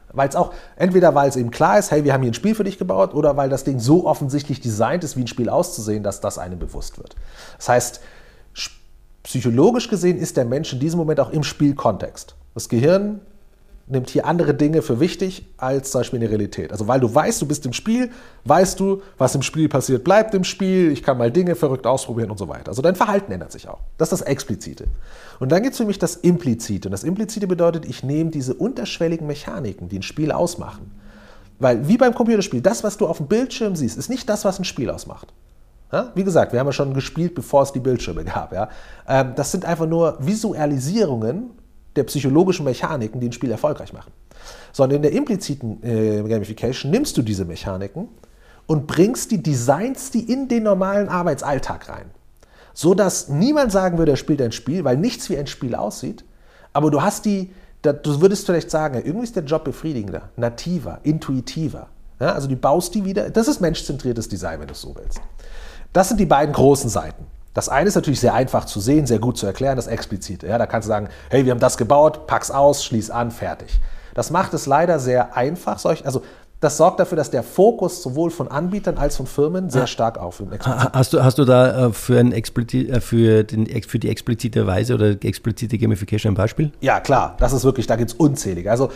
Entweder weil es eben klar ist, hey, wir haben hier ein Spiel für dich gebaut, oder weil das Ding so offensichtlich designt ist, wie ein Spiel auszusehen, dass das einem bewusst wird. Das heißt, psychologisch gesehen ist der Mensch in diesem Moment auch im Spielkontext. Das Gehirn nimmt hier andere Dinge für wichtig als zum Beispiel in der Realität. Also weil du weißt, du bist im Spiel, weißt du, was im Spiel passiert, bleibt im Spiel, ich kann mal Dinge verrückt ausprobieren und so weiter. Also dein Verhalten ändert sich auch. Das ist das Explizite. Und dann gibt es für mich das Implizite. Und das Implizite bedeutet, ich nehme diese unterschwelligen Mechaniken, die ein Spiel ausmachen. Weil wie beim Computerspiel, das, was du auf dem Bildschirm siehst, ist nicht das, was ein Spiel ausmacht. Ja? Wie gesagt, wir haben ja schon gespielt, bevor es die Bildschirme gab. Ja? Das sind einfach nur Visualisierungen der psychologischen Mechaniken, die ein Spiel erfolgreich machen. Sondern in der impliziten Gamification nimmst du diese Mechaniken und bringst die, designst die in den normalen Arbeitsalltag rein. So dass niemand sagen würde, er spielt ein Spiel, weil nichts wie ein Spiel aussieht, aber du würdest vielleicht sagen, irgendwie ist der Job befriedigender, nativer, intuitiver. Ja, also du baust die wieder, das ist menschzentriertes Design, wenn du es so willst. Das sind die beiden großen Seiten. Das eine ist natürlich sehr einfach zu sehen, sehr gut zu erklären, das Explizite. Ja, da kannst du sagen, hey, wir haben das gebaut, pack's aus, schließ an, fertig. Das macht es leider sehr einfach. Das sorgt dafür, dass der Fokus sowohl von Anbietern als von Firmen sehr stark auf dem Explizite. Hast du da für die explizite Weise oder explizite Gamification ein Beispiel? Ja, klar, das ist wirklich, da gibt es unzählige. Also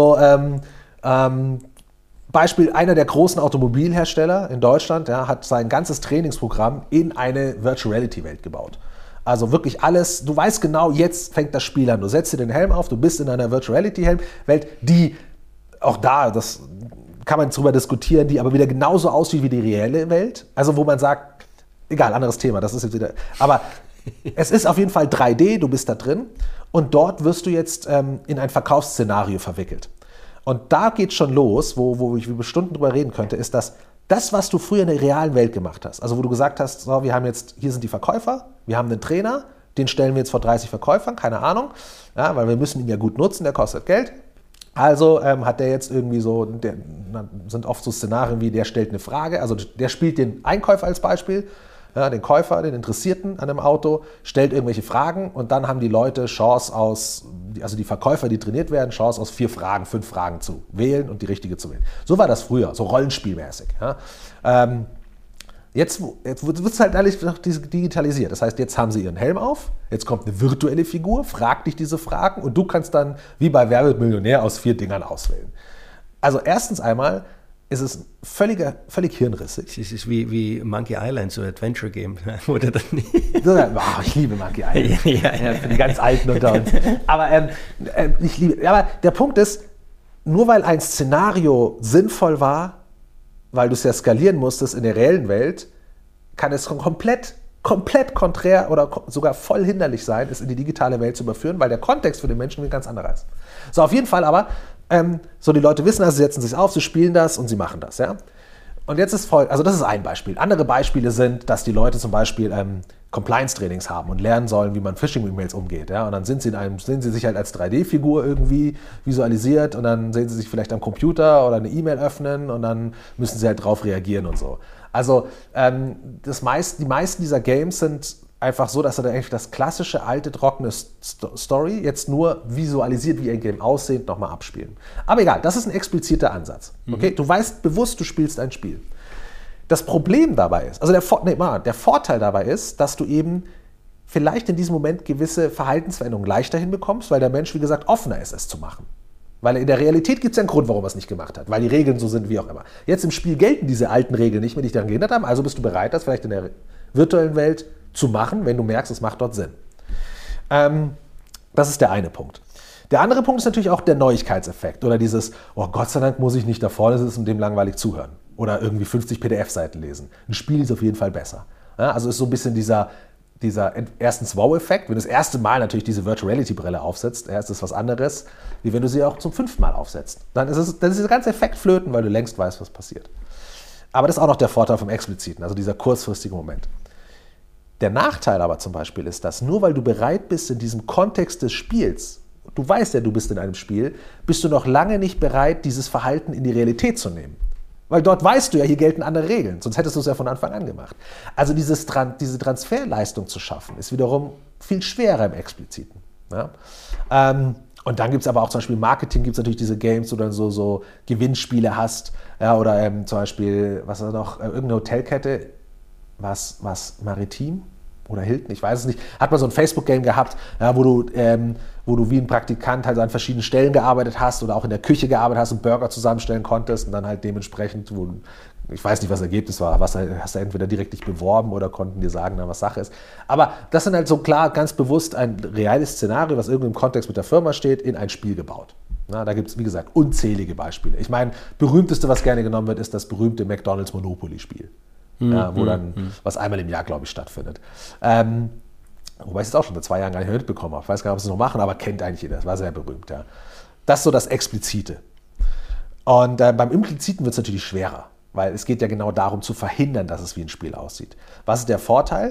Beispiel, einer der großen Automobilhersteller in Deutschland, ja, hat sein ganzes Trainingsprogramm in eine Virtual Reality Welt gebaut. Also wirklich alles, du weißt genau, jetzt fängt das Spiel an. Du setzt dir den Helm auf, du bist in einer Virtual Reality Welt, die auch da, das kann man drüber diskutieren, die aber wieder genauso aussieht wie die reelle Welt. Also wo man sagt, egal, anderes Thema, das ist jetzt wieder, aber es ist auf jeden Fall 3D, du bist da drin und dort wirst du jetzt in ein Verkaufsszenario verwickelt. Und da geht schon los, wo ich über Stunden drüber reden könnte, ist das, was du früher in der realen Welt gemacht hast. Also wo du gesagt hast, so, hier sind die Verkäufer, wir haben einen Trainer, den stellen wir jetzt vor 30 Verkäufern, keine Ahnung, ja, weil wir müssen ihn ja gut nutzen, der kostet Geld. Also hat der jetzt irgendwie sind oft so Szenarien wie, der stellt eine Frage, also der spielt den Einkäufer als Beispiel, ja, den Käufer, den Interessierten an einem Auto, stellt irgendwelche Fragen und dann haben die Leute Chance die Verkäufer, die trainiert werden, Chance aus 5 Fragen zu wählen und die richtige zu wählen. So war das früher, so rollenspielmäßig. Ja. Jetzt wird es halt alles digitalisiert. Das heißt, jetzt haben sie ihren Helm auf, jetzt kommt eine virtuelle Figur, fragt dich diese Fragen und du kannst dann, wie bei Wer wird Millionär, aus 4 Dingern auswählen. Also erstens einmal ist es völlig hirnrissig. Es ist wie Monkey Island, so ein Adventure-Game. Ich liebe Monkey Island. Ja, für die ganz Alten unter uns. Aber aber der Punkt ist, nur weil ein Szenario sinnvoll war, weil du es ja skalieren musstest in der reellen Welt, kann es komplett konträr oder sogar voll hinderlich sein, es in die digitale Welt zu überführen, weil der Kontext für den Menschen ein ganz anderer ist. So, auf jeden Fall aber, die Leute wissen das, sie setzen sich auf, sie spielen das und sie machen das, ja. Und jetzt ist das ist ein Beispiel. Andere Beispiele sind, dass die Leute zum Beispiel Compliance-Trainings haben und lernen sollen, wie man Phishing-E-Mails umgeht, ja. Und dann sehen sie sich halt als 3D-Figur irgendwie visualisiert und dann sehen sie sich vielleicht am Computer oder eine E-Mail öffnen und dann müssen sie halt drauf reagieren und so. Also die meisten dieser Games sind einfach so, dass er dann eigentlich das klassische, alte, trockene Story jetzt nur visualisiert, wie ein Game aussieht, nochmal abspielen. Aber egal, das ist ein expliziter Ansatz. Okay? Du weißt bewusst, du spielst ein Spiel. Das Problem dabei ist, der Vorteil dabei ist, dass du eben vielleicht in diesem Moment gewisse Verhaltensveränderungen leichter hinbekommst, weil der Mensch, wie gesagt, offener ist, es zu machen. Weil in der Realität gibt es ja einen Grund, warum er es nicht gemacht hat, weil die Regeln so sind, wie auch immer. Jetzt im Spiel gelten diese alten Regeln nicht mehr, die dich daran gehindert haben, also bist du bereit, das vielleicht in der virtuellen Welt zu machen, wenn du merkst, es macht dort Sinn. Das ist der eine Punkt. Der andere Punkt ist natürlich auch der Neuigkeitseffekt oder dieses, oh Gott sei Dank muss ich nicht da vorne sitzen und dem langweilig zuhören oder irgendwie 50 PDF-Seiten lesen. Ein Spiel ist auf jeden Fall besser. Ja, also ist so ein bisschen dieser erstens Wow-Effekt, wenn du das erste Mal natürlich diese Virtual Reality-Brille aufsetzt, ist das was anderes, wie wenn du sie auch zum 5. Mal aufsetzt. Dann ist dieser ganze Effekt flöten, weil du längst weißt, was passiert. Aber das ist auch noch der Vorteil vom Expliziten, also dieser kurzfristige Moment. Der Nachteil aber zum Beispiel ist, dass nur weil du bereit bist in diesem Kontext des Spiels, du weißt ja, du bist in einem Spiel, bist du noch lange nicht bereit, dieses Verhalten in die Realität zu nehmen. Weil dort weißt du ja, hier gelten andere Regeln, sonst hättest du es ja von Anfang an gemacht. Also diese Transferleistung zu schaffen, ist wiederum viel schwerer im Expliziten. Ja? Und dann gibt es aber auch zum Beispiel im Marketing, gibt es natürlich diese Games, wo du dann so Gewinnspiele hast, ja, oder zum Beispiel, was ist noch, irgendeine Hotelkette, was Maritim oder Hilton, ich weiß es nicht, hat man so ein Facebook-Game gehabt, ja, wo du wie ein Praktikant halt an verschiedenen Stellen gearbeitet hast oder auch in der Küche gearbeitet hast und Burger zusammenstellen konntest und dann halt dementsprechend, ich weiß nicht, was das Ergebnis war, hast du entweder direkt dich beworben oder konnten dir sagen, was Sache ist. Aber das sind halt so klar, ganz bewusst ein reales Szenario, was irgendwie im Kontext mit der Firma steht, in ein Spiel gebaut. Na, da gibt es, wie gesagt, unzählige Beispiele. Ich meine, berühmteste, was gerne genommen wird, ist das berühmte McDonald's Monopoly-Spiel. Ja, wo dann was einmal im Jahr, glaube ich, stattfindet. Wobei ich es auch schon seit 2 Jahren gar nicht mehr mitbekommen habe. Ich weiß gar nicht, ob sie es noch machen, aber kennt eigentlich jeder. Das war sehr berühmt. Ja. Das ist so das Explizite. Und beim Impliziten wird es natürlich schwerer, weil es geht ja genau darum, zu verhindern, dass es wie ein Spiel aussieht. Was ist der Vorteil?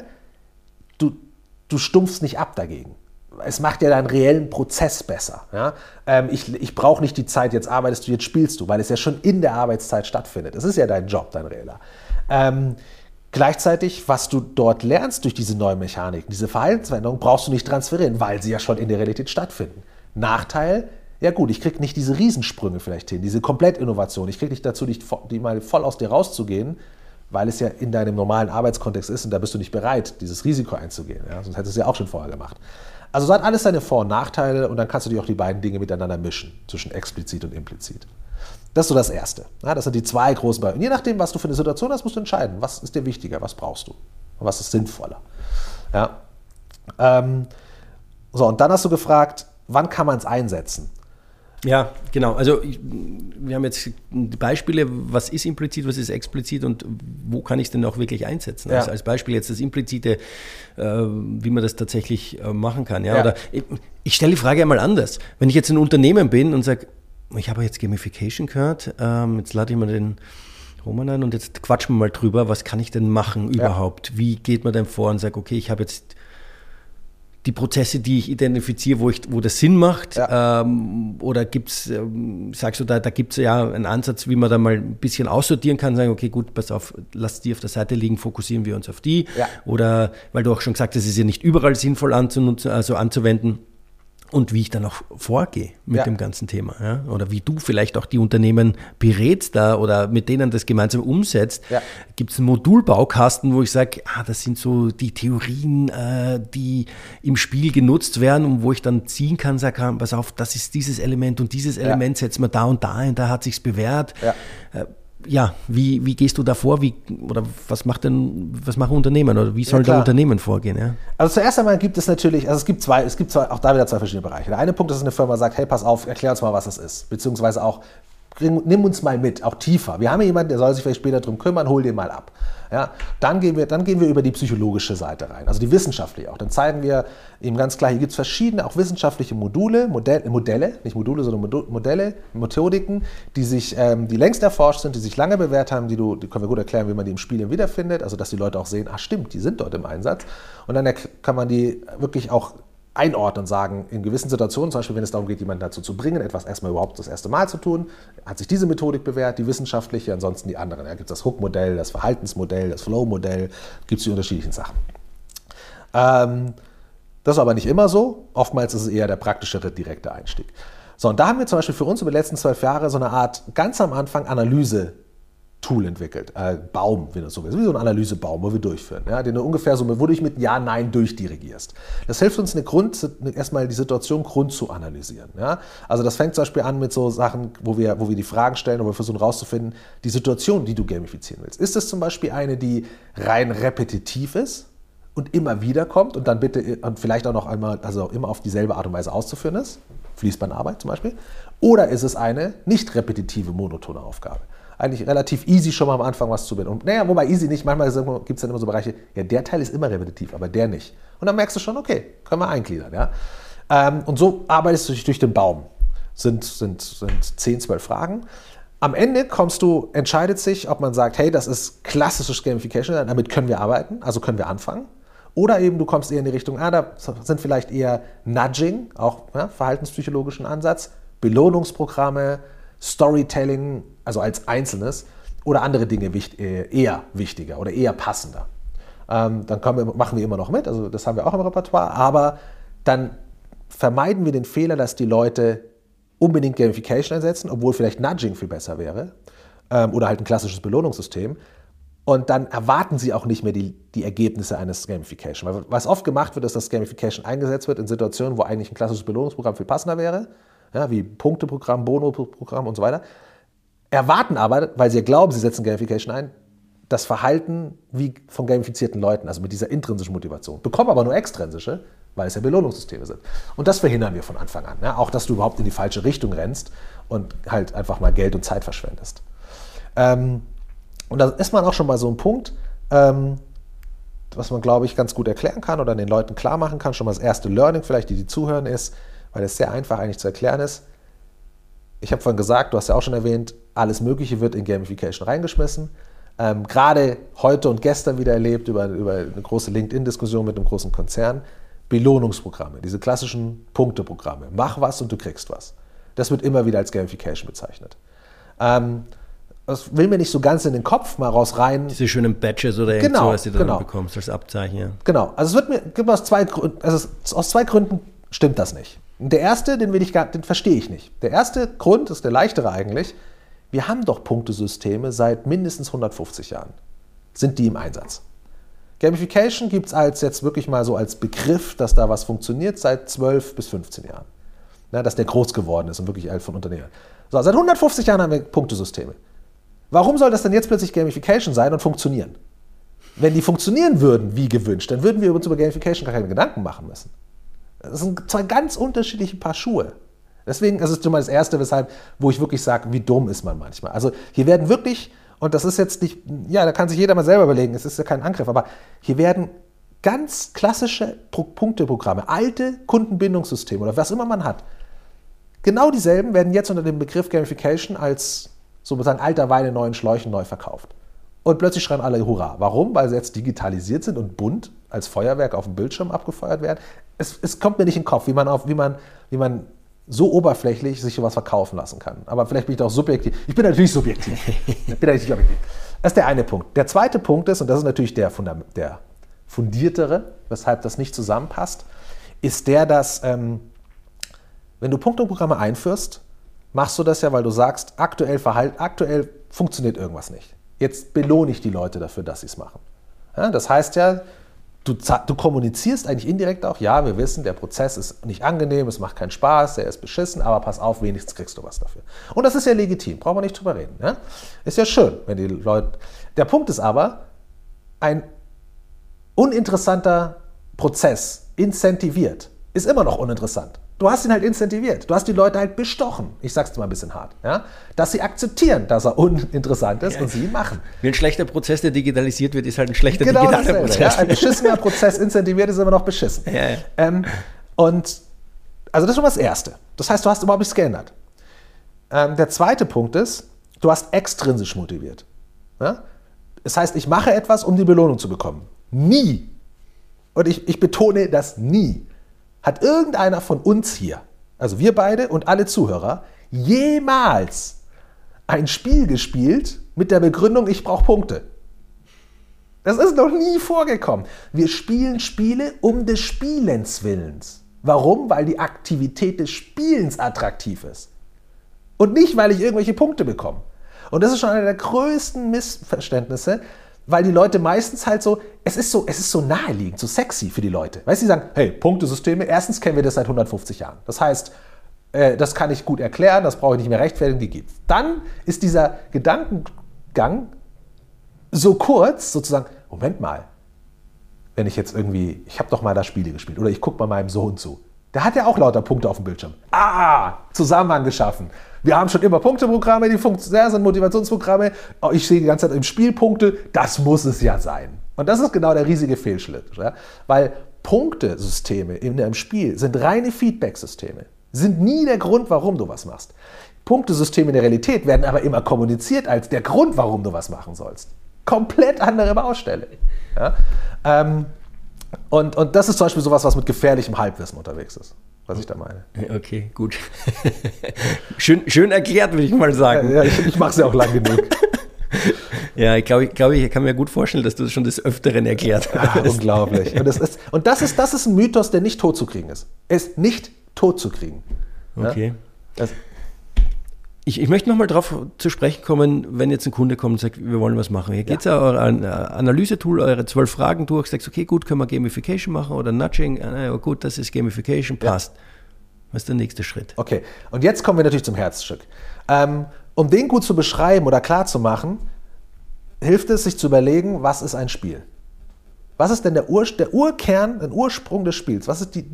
Du stumpfst nicht ab dagegen. Es macht ja deinen reellen Prozess besser. Ja? Ich brauche nicht die Zeit, jetzt arbeitest du, jetzt spielst du, weil es ja schon in der Arbeitszeit stattfindet. Es ist ja dein Job, dein reeller. Gleichzeitig, was du dort lernst durch diese neuen Mechaniken, diese Verhaltensveränderung, brauchst du nicht transferieren, weil sie ja schon in der Realität stattfinden. Nachteil, ja gut, ich kriege nicht diese Riesensprünge vielleicht hin, diese Komplettinnovation. Ich kriege dich dazu, die mal voll aus dir rauszugehen, weil es ja in deinem normalen Arbeitskontext ist und da bist du nicht bereit, dieses Risiko einzugehen. Ja? Sonst hättest du es ja auch schon vorher gemacht. Also so hat alles seine Vor- und Nachteile und dann kannst du dir auch die beiden Dinge miteinander mischen, zwischen explizit und implizit. Das ist so das Erste. Ja, das sind die 2 großen Beispiele. Und je nachdem, was du für eine Situation hast, musst du entscheiden, was ist dir wichtiger, was brauchst du und was ist sinnvoller. Ja. Und dann hast du gefragt, wann kann man es einsetzen? Ja, genau. Also wir haben jetzt die Beispiele, was ist implizit, was ist explizit und wo kann ich es denn auch wirklich einsetzen? Ja. Also als Beispiel jetzt das Implizite, wie man das tatsächlich machen kann. Ja? Ja. Oder ich stelle die Frage einmal anders. Wenn ich jetzt ein Unternehmen bin und sage, ich habe jetzt Gamification gehört, jetzt lade ich mal den Roman ein und jetzt quatschen wir mal drüber, was kann ich denn machen überhaupt? Ja. Wie geht man denn vor und sagt, okay, ich habe jetzt die Prozesse, die ich identifiziere, wo das Sinn macht, ja. Oder gibt's, sagst du, da gibt es ja einen Ansatz, wie man da mal ein bisschen aussortieren kann, sagen, okay, gut, pass auf, lass die auf der Seite liegen, fokussieren wir uns auf die. Ja. Oder, weil du auch schon gesagt hast, es ist ja nicht überall sinnvoll anzuwenden. Und wie ich dann auch vorgehe mit dem ganzen Thema. Ja? Oder wie du vielleicht auch die Unternehmen berätst da oder mit denen das gemeinsam umsetzt. Ja. Gibt es einen Modulbaukasten, wo ich sage, das sind so die Theorien, die im Spiel genutzt werden und wo ich dann ziehen kann, sage, pass auf, das ist dieses Element und dieses Element setzen wir da und da ein, da hat sich's bewährt. Ja. Wie gehst du da vor? Oder was machen Unternehmen oder wie sollen da Unternehmen vorgehen? Ja? Also zuerst einmal gibt es natürlich, also es gibt auch da wieder 2 verschiedene Bereiche. Der eine Punkt ist, dass eine Firma sagt, hey, pass auf, erklär uns mal, was das ist. Beziehungsweise auch, nimm uns mal mit, auch tiefer. Wir haben hier jemanden, der soll sich vielleicht später drum kümmern, hol den mal ab. Ja, dann gehen wir über die psychologische Seite rein, also die wissenschaftliche auch. Dann zeigen wir ihm ganz klar, hier gibt es verschiedene, auch wissenschaftliche Modelle, nicht Module, sondern Modelle, Methodiken, die längst erforscht sind, die sich lange bewährt haben, die können wir gut erklären, wie man die im Spiel wiederfindet, also dass die Leute auch sehen, stimmt, die sind dort im Einsatz. Und dann kann man die wirklich auch einordnen, sagen, in gewissen Situationen, zum Beispiel wenn es darum geht, jemanden dazu zu bringen, etwas erstmal überhaupt das erste Mal zu tun, hat sich diese Methodik bewährt, die wissenschaftliche, ansonsten die anderen. Da gibt es das Hook-Modell, das Verhaltensmodell, das Flow-Modell, gibt es die unterschiedlichen Sachen. Das ist aber nicht immer so, oftmals ist es eher der praktischere, direkte Einstieg. So, und da haben wir zum Beispiel für uns über die letzten 12 Jahre so eine Art, ganz am Anfang, Analyse-Tool entwickelt. Baum, wie so ein Analysebaum, wo wir durchführen. Ja, den du ungefähr so, wo du dich mit Ja, Nein durchdirigierst. Das hilft uns, erstmal die Situation Grund zu analysieren. Ja? Also das fängt zum Beispiel an mit so Sachen, wo wir die Fragen stellen, wo wir versuchen herauszufinden, die Situation, die du gamifizieren willst. Ist es zum Beispiel eine, die rein repetitiv ist? und immer wieder kommt und dann bitte und vielleicht auch noch einmal, also immer auf dieselbe Art und Weise auszuführen ist, Fließbandarbeit zum Beispiel, oder ist es eine nicht repetitive, monotone Aufgabe? Eigentlich relativ easy schon mal am Anfang was zu bieten. Und naja, wobei easy nicht, manchmal gibt es dann immer so Bereiche, ja, der Teil ist immer repetitiv, aber der nicht. Und dann merkst du schon, okay, können wir eingliedern. Ja? Und so arbeitest du dich durch den Baum. Sind 10, 12 Fragen. Am Ende entscheidet sich, ob man sagt, hey, das ist klassisches Gamification, damit können wir arbeiten, also können wir anfangen. Oder eben du kommst eher in die Richtung, da sind vielleicht eher Nudging, auch verhaltenspsychologischen Ansatz, Belohnungsprogramme, Storytelling, also als Einzelnes, oder andere Dinge eher wichtiger oder eher passender. Dann machen wir immer noch mit, also das haben wir auch im Repertoire, aber dann vermeiden wir den Fehler, dass die Leute unbedingt Gamification einsetzen, obwohl vielleicht Nudging viel besser wäre oder halt ein klassisches Belohnungssystem. Und dann erwarten sie auch nicht mehr die Ergebnisse eines Gamification. Weil was oft gemacht wird, ist, dass Gamification eingesetzt wird in Situationen, wo eigentlich ein klassisches Belohnungsprogramm viel passender wäre, ja, wie Punkteprogramm, Bonoprogramm und so weiter. Erwarten aber, weil sie glauben, sie setzen Gamification ein, das Verhalten wie von gamifizierten Leuten, also mit dieser intrinsischen Motivation. Bekommen aber nur extrinsische, weil es ja Belohnungssysteme sind. Und das verhindern wir von Anfang an. Ja? Auch, dass du überhaupt in die falsche Richtung rennst und halt einfach mal Geld und Zeit verschwendest. Und da ist man auch schon bei so einem Punkt, was man, glaube ich, ganz gut erklären kann oder den Leuten klar machen kann, schon mal das erste Learning vielleicht, die zuhören, ist, weil es sehr einfach eigentlich zu erklären ist. Ich habe vorhin gesagt, du hast ja auch schon erwähnt, alles Mögliche wird in Gamification reingeschmissen. Gerade heute und gestern wieder erlebt über eine große LinkedIn-Diskussion mit einem großen Konzern. Belohnungsprogramme, diese klassischen Punkteprogramme. Mach was und du kriegst was. Das wird immer wieder als Gamification bezeichnet. Das will mir nicht so ganz in den Kopf mal rein. Diese schönen Badges oder irgendwas, die du dann bekommst als Abzeichen. Ja. Genau. Also es wird mir aus zwei Gründen stimmt das nicht. Und der erste, den verstehe ich nicht. Der erste Grund ist der leichtere eigentlich. Wir haben doch Punktesysteme seit mindestens 150 Jahren. Sind die im Einsatz? Gamification gibt es jetzt wirklich mal so als Begriff, dass da was funktioniert, seit 12 bis 15 Jahren. Ja, dass der groß geworden ist und wirklich von Unternehmen. So, seit 150 Jahren haben wir Punktesysteme. Warum soll das denn jetzt plötzlich Gamification sein und funktionieren? Wenn die funktionieren würden, wie gewünscht, dann würden wir uns über Gamification gar keine Gedanken machen müssen. Das sind zwei ganz unterschiedliche Paar Schuhe. Deswegen ist es schon mal das Erste, wo ich wirklich sage, wie dumm ist man manchmal. Also hier werden wirklich, und das ist jetzt nicht, ja, da kann sich jeder mal selber überlegen, es ist ja kein Angriff, aber hier werden ganz klassische Punkteprogramme, alte Kundenbindungssysteme oder was immer man hat, genau dieselben werden jetzt unter dem Begriff Gamification als sozusagen alter Wein in neuen Schläuchen neu verkauft. Und plötzlich schreien alle Hurra. Warum? Weil sie jetzt digitalisiert sind und bunt als Feuerwerk auf dem Bildschirm abgefeuert werden. Es kommt mir nicht in den Kopf, wie man so oberflächlich sich sowas verkaufen lassen kann. Aber vielleicht bin ich da auch subjektiv. Ich bin natürlich subjektiv. Ich bin natürlich objektiv. Das ist der eine Punkt. Der zweite Punkt ist, und das ist natürlich der fundiertere, weshalb das nicht zusammenpasst, ist dass wenn du Punkteprogramme einführst, machst du das ja, weil du sagst, aktuell funktioniert irgendwas nicht. Jetzt belohne ich die Leute dafür, dass sie es machen. Ja, das heißt ja, du kommunizierst eigentlich indirekt auch, ja, wir wissen, der Prozess ist nicht angenehm, es macht keinen Spaß, der ist beschissen, aber pass auf, wenigstens kriegst du was dafür. Und das ist ja legitim, brauchen wir nicht drüber reden. Ja? Ist ja schön, wenn die Leute... Der Punkt ist aber, ein uninteressanter Prozess, incentiviert, ist immer noch uninteressant. Du hast ihn halt incentiviert. Du hast die Leute halt bestochen. Ich sag's dir mal ein bisschen hart. Ja? Dass sie akzeptieren, dass er uninteressant ist und sie ihn machen. Wie ein schlechter Prozess, der digitalisiert wird, ist halt ein schlechter digitaler Prozess. Ja? Ein beschissener Prozess incentiviert ist immer noch beschissen. Ja. Und also das ist schon mal das Erste. Das heißt, du hast überhaupt nichts geändert. Der zweite Punkt ist, du hast extrinsisch motiviert. Ja? Das heißt, ich mache etwas, um die Belohnung zu bekommen. Nie, und ich betone das nie, hat irgendeiner von uns hier, also wir beide und alle Zuhörer, jemals ein Spiel gespielt mit der Begründung, ich brauche Punkte. Das ist noch nie vorgekommen. Wir spielen Spiele um des Spielens Willens. Warum? Weil die Aktivität des Spielens attraktiv ist. Und nicht, weil ich irgendwelche Punkte bekomme. Und das ist schon einer der größten Missverständnisse, weil die Leute meistens halt es ist so naheliegend, so sexy für die Leute. Weißt du, die sagen, hey, Punktesysteme, erstens kennen wir das seit 150 Jahren. Das heißt, das kann ich gut erklären, das brauche ich nicht mehr rechtfertigen, die gibt's. Dann ist dieser Gedankengang so kurz, sozusagen, Moment mal, wenn ich jetzt irgendwie, ich habe doch mal das Spiele gespielt oder ich gucke mal meinem Sohn zu. Der hat ja auch lauter Punkte auf dem Bildschirm. Zusammenhang geschaffen. Wir haben schon immer Punkteprogramme, die sind Motivationsprogramme. Ich sehe die ganze Zeit im Spiel Punkte, das muss es ja sein. Und das ist genau der riesige Fehlschritt. Ja? Weil Punktesysteme in einem Spiel sind reine Feedback-Systeme. Sind nie der Grund, warum du was machst. Punktesysteme in der Realität werden aber immer kommuniziert als der Grund, warum du was machen sollst. Komplett andere Baustelle. Ja? Und das ist zum Beispiel sowas, was mit gefährlichem Halbwissen unterwegs ist, was ich da meine. Okay, gut. schön erklärt, würde ich mal sagen. Ja, ich mache es ja auch lang genug. Ja, ich glaube, ich kann mir gut vorstellen, dass du das schon des Öfteren erklärt hast. Unglaublich. Und das ist ein Mythos, der nicht tot zu kriegen ist. Er ist nicht tot zu kriegen. Okay. Ja? Ich möchte nochmal darauf zu sprechen kommen, wenn jetzt ein Kunde kommt und sagt, wir wollen was machen. Hier geht es ja eure Analyse-Tool, eure 12 Fragen durch, sagst, okay, gut, können wir Gamification machen oder Nudging? Gut, das ist Gamification, passt. Ja. Was ist der nächste Schritt? Okay, und jetzt kommen wir natürlich zum Herzstück. Um den gut zu beschreiben oder klar zu machen, hilft es, sich zu überlegen, was ist ein Spiel? Was ist denn der Urkern, der Ursprung des Spiels? Was ist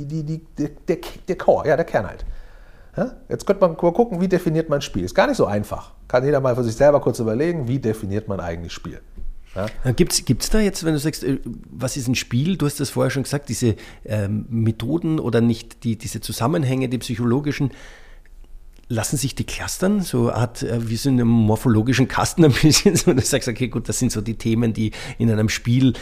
der Core, der Kern halt? Ja? Jetzt könnte man mal gucken, wie definiert man Spiel. Ist gar nicht so einfach. Kann jeder mal für sich selber kurz überlegen, wie definiert man eigentlich Spiel. Ja? Gibt's da jetzt, wenn du sagst, was ist ein Spiel? Du hast das vorher schon gesagt, diese Methoden oder nicht diese Zusammenhänge, die psychologischen, lassen sich die clustern, so eine Art wie so in einem morphologischen Kasten ein bisschen, so, du sagst, okay, gut, das sind so die Themen, die in einem Spiel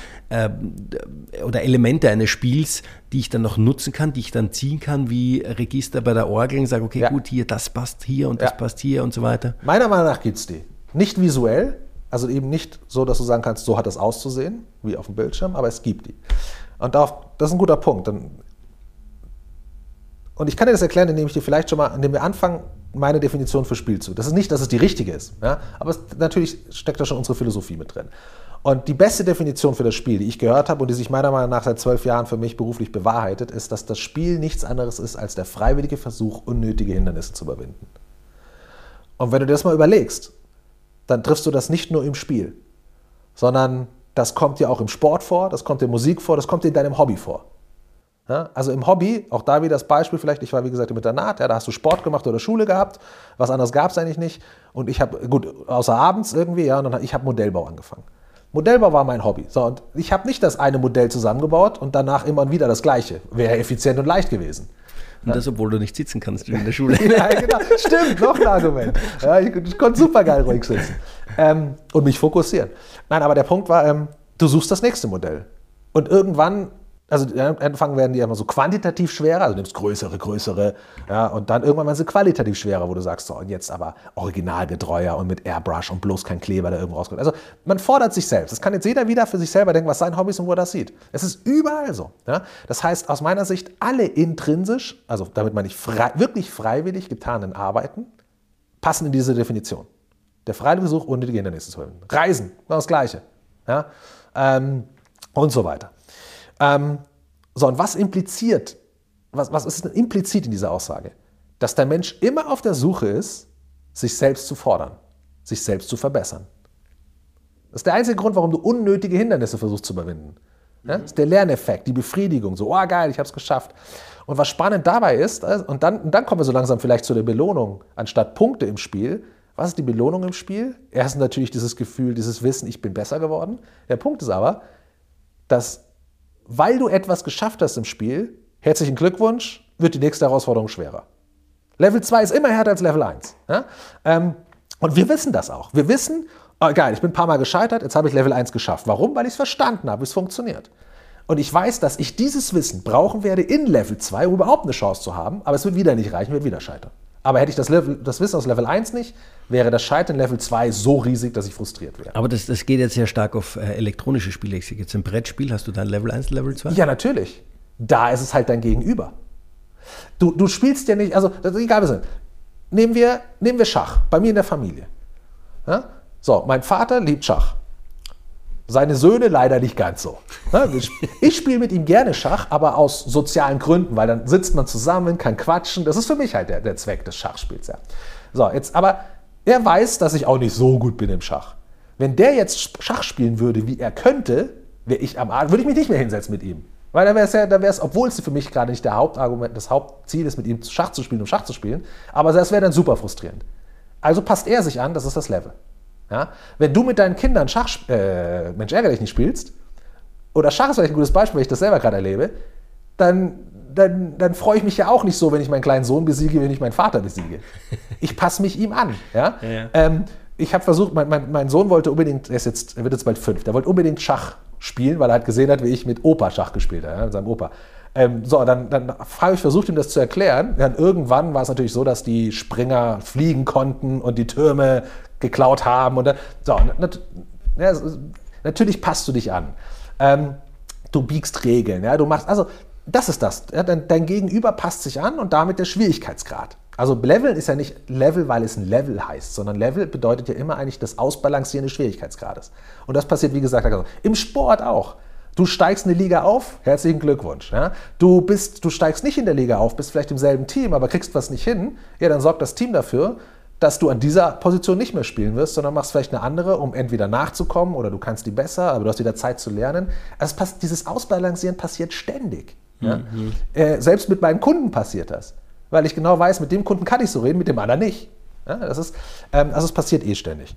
oder Elemente eines Spiels, die ich dann noch nutzen kann, die ich dann ziehen kann, wie Register bei der Orgel und sage, okay, gut, hier, das passt hier und das passt hier und so weiter. Meiner Meinung nach gibt es die. Nicht visuell, also eben nicht so, dass du sagen kannst, so hat es auszusehen, wie auf dem Bildschirm, aber es gibt die. Und das ist ein guter Punkt. Und ich kann dir das erklären, indem wir anfangen, meine Definition für Spiel zu. Das ist nicht, dass es die richtige ist, ja? Aber natürlich steckt da schon unsere Philosophie mit drin. Und die beste Definition für das Spiel, die ich gehört habe und die sich meiner Meinung nach seit 12 Jahren für mich beruflich bewahrheitet, ist, dass das Spiel nichts anderes ist als der freiwillige Versuch, unnötige Hindernisse zu überwinden. Und wenn du dir das mal überlegst, dann triffst du das nicht nur im Spiel, sondern das kommt dir auch im Sport vor, das kommt dir in Musik vor, das kommt dir in deinem Hobby vor. Ja, also im Hobby, auch da wieder das Beispiel vielleicht, ich war wie gesagt im Internat, da hast du Sport gemacht oder Schule gehabt, was anderes gab es eigentlich nicht und ich habe, außer abends irgendwie, und ich habe Modellbau angefangen. Modellbau war mein Hobby. So, und ich habe nicht das eine Modell zusammengebaut und danach immer wieder das gleiche. Wäre effizient und leicht gewesen. Und das, obwohl du nicht sitzen kannst in der Schule. Ja, genau. Stimmt, noch ein Argument. Ja, ich konnte super geil ruhig sitzen und mich fokussieren. Nein, aber der Punkt war, du suchst das nächste Modell. Und irgendwann, also anfangen werden die immer so quantitativ schwerer, also du nimmst größere, ja, und dann irgendwann werden sie qualitativ schwerer, wo du sagst, so, und jetzt aber originalgetreuer und mit Airbrush und bloß kein Kleber, der irgendwo rauskommt. Also man fordert sich selbst. Das kann jetzt jeder wieder für sich selber denken, was sein Hobby ist und wo er das sieht. Es ist überall so. Ja? Das heißt, aus meiner Sicht, alle intrinsisch, also damit meine ich wirklich freiwillig getanen Arbeiten, passen in diese Definition. Der freiwillige Versuch, unnötige Hindernisse zu überwinden. Reisen, genau das Gleiche. Ja? Und so weiter. So, und was impliziert, was ist denn implizit in dieser Aussage? Dass der Mensch immer auf der Suche ist, sich selbst zu fordern, sich selbst zu verbessern. Das ist der einzige Grund, warum du unnötige Hindernisse versuchst zu überwinden. Ja? Das ist der Lerneffekt, die Befriedigung, so, oh geil, ich habe es geschafft. Und was spannend dabei ist, und dann kommen wir so langsam vielleicht zu der Belohnung, anstatt Punkte im Spiel. Was ist die Belohnung im Spiel? Erstens natürlich dieses Gefühl, dieses Wissen, ich bin besser geworden. Der Punkt ist aber, dass weil du etwas geschafft hast im Spiel, herzlichen Glückwunsch, wird die nächste Herausforderung schwerer. Level 2 ist immer härter als Level 1. Ja? Und wir wissen das auch. Wir wissen, oh, geil, ich bin ein paar Mal gescheitert, jetzt habe ich Level 1 geschafft. Warum? Weil ich es verstanden habe, wie es funktioniert. Und ich weiß, dass ich dieses Wissen brauchen werde in Level 2, um überhaupt eine Chance zu haben, aber es wird wieder nicht reichen, wird wieder scheitern. Aber hätte ich das Wissen aus Level 1 nicht, wäre das Scheitern in Level 2 so riesig, dass ich frustriert wäre. Aber das geht jetzt sehr stark auf elektronische Spiele. Jetzt im Brettspiel, hast du dann Level 1, Level 2? Ja, natürlich. Da ist es halt dein Gegenüber. Du spielst ja nicht, also das ist egal, was ist. Nehmen wir Schach, bei mir in der Familie. Ja? So, mein Vater liebt Schach. Seine Söhne leider nicht ganz so. Ich spiele mit ihm gerne Schach, aber aus sozialen Gründen, weil dann sitzt man zusammen, kann quatschen. Das ist für mich halt der Zweck des Schachspiels. Ja. So, jetzt aber, er weiß, dass ich auch nicht so gut bin im Schach. Wenn der jetzt Schach spielen würde, wie er könnte, wäre ich am Arsch, würde ich mich nicht mehr hinsetzen mit ihm. Weil da wäre es, obwohl es für mich gerade nicht der Hauptargument, das Hauptziel ist, mit ihm Schach zu spielen, aber das wäre dann super frustrierend. Also passt er sich an, das ist das Level. Ja? Wenn du mit deinen Kindern Mensch, ärgere dich nicht spielst, oder Schach ist vielleicht ein gutes Beispiel, weil ich das selber gerade erlebe, dann freue ich mich ja auch nicht so, wenn ich meinen kleinen Sohn besiege, wenn ich meinen Vater besiege. Ich passe mich ihm an. Ja? Ich habe versucht, mein Sohn wollte unbedingt, er wird jetzt bald 5, der wollte unbedingt Schach spielen, weil er halt gesehen hat, wie ich mit Opa Schach gespielt habe, mit seinem Opa. Dann habe ich versucht, ihm das zu erklären. Dann irgendwann war es natürlich so, dass die Springer fliegen konnten und die Türme geklaut haben. Und natürlich passt du dich an. Du biegst Regeln. Ja, du machst, also das ist das. Ja, dein Gegenüber passt sich an und damit der Schwierigkeitsgrad. Also Leveln ist ja nicht Level, weil es ein Level heißt, sondern Level bedeutet ja immer eigentlich das Ausbalancieren des Schwierigkeitsgrades. Und das passiert, wie gesagt, im Sport auch. Du steigst eine Liga auf, herzlichen Glückwunsch. Ja? Du steigst nicht in der Liga auf, bist vielleicht im selben Team, aber kriegst was nicht hin. Ja, dann sorgt das Team dafür, dass du an dieser Position nicht mehr spielen wirst, sondern machst vielleicht eine andere, um entweder nachzukommen oder du kannst die besser, aber du hast wieder Zeit zu lernen. Also dieses Ausbalancieren passiert ständig. Ja? Selbst mit meinen Kunden passiert das. Weil ich genau weiß, mit dem Kunden kann ich so reden, mit dem anderen nicht. Ja, also es passiert ständig.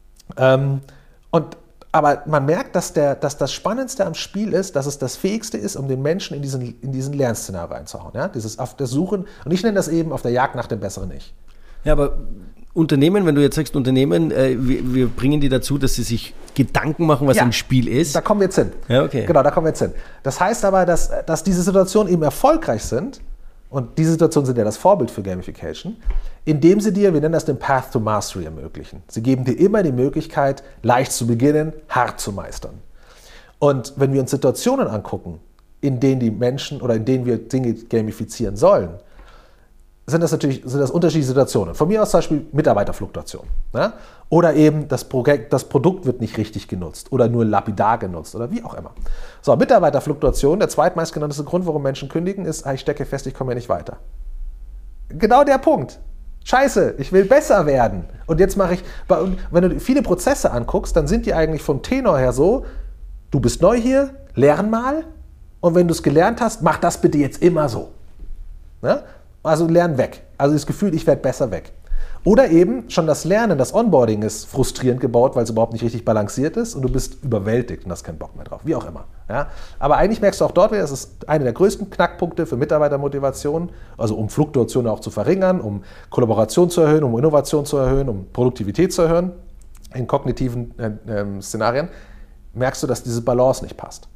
Aber man merkt, dass das Spannendste am Spiel ist, dass es das Fähigste ist, um den Menschen in diesen Lernszenario reinzuhauen. Ja? Dieses auf der Suche, und ich nenne das eben auf der Jagd nach dem Besseren Ich. Ja, aber Unternehmen, wenn du jetzt sagst Unternehmen, wir bringen die dazu, dass sie sich Gedanken machen, was ein Spiel ist. Da kommen wir jetzt hin. Ja, okay. Genau, da kommen wir jetzt hin. Das heißt aber, dass diese Situationen eben erfolgreich sind, und diese Situationen sind ja das Vorbild für Gamification, indem sie dir, wir nennen das den Path to Mastery, ermöglichen. Sie geben dir immer die Möglichkeit, leicht zu beginnen, hart zu meistern. Und wenn wir uns Situationen angucken, in denen die Menschen oder in denen wir Dinge gamifizieren sollen, sind das unterschiedliche Situationen. Von mir aus zum Beispiel Mitarbeiterfluktuation. Ja? Oder eben das Produkt wird nicht richtig genutzt oder nur lapidar genutzt oder wie auch immer. So, Mitarbeiterfluktuation, der zweitmeistgenannteste Grund, warum Menschen kündigen, ist, ich stecke fest, ich komme ja nicht weiter. Genau der Punkt. Scheiße, ich will besser werden. Und jetzt wenn du viele Prozesse anguckst, dann sind die eigentlich vom Tenor her so, du bist neu hier, lern mal und wenn du es gelernt hast, mach das bitte jetzt immer so. Ja? Also lern weg. Also das Gefühl, ich werde besser weg. Oder eben schon das Lernen, das Onboarding ist frustrierend gebaut, weil es überhaupt nicht richtig balanciert ist und du bist überwältigt und hast keinen Bock mehr drauf. Wie auch immer. Ja? Aber eigentlich merkst du auch dort wieder, das ist einer der größten Knackpunkte für Mitarbeitermotivation, also um Fluktuationen auch zu verringern, um Kollaboration zu erhöhen, um Innovation zu erhöhen, um Produktivität zu erhöhen in kognitiven Szenarien, merkst du, dass diese Balance nicht passt.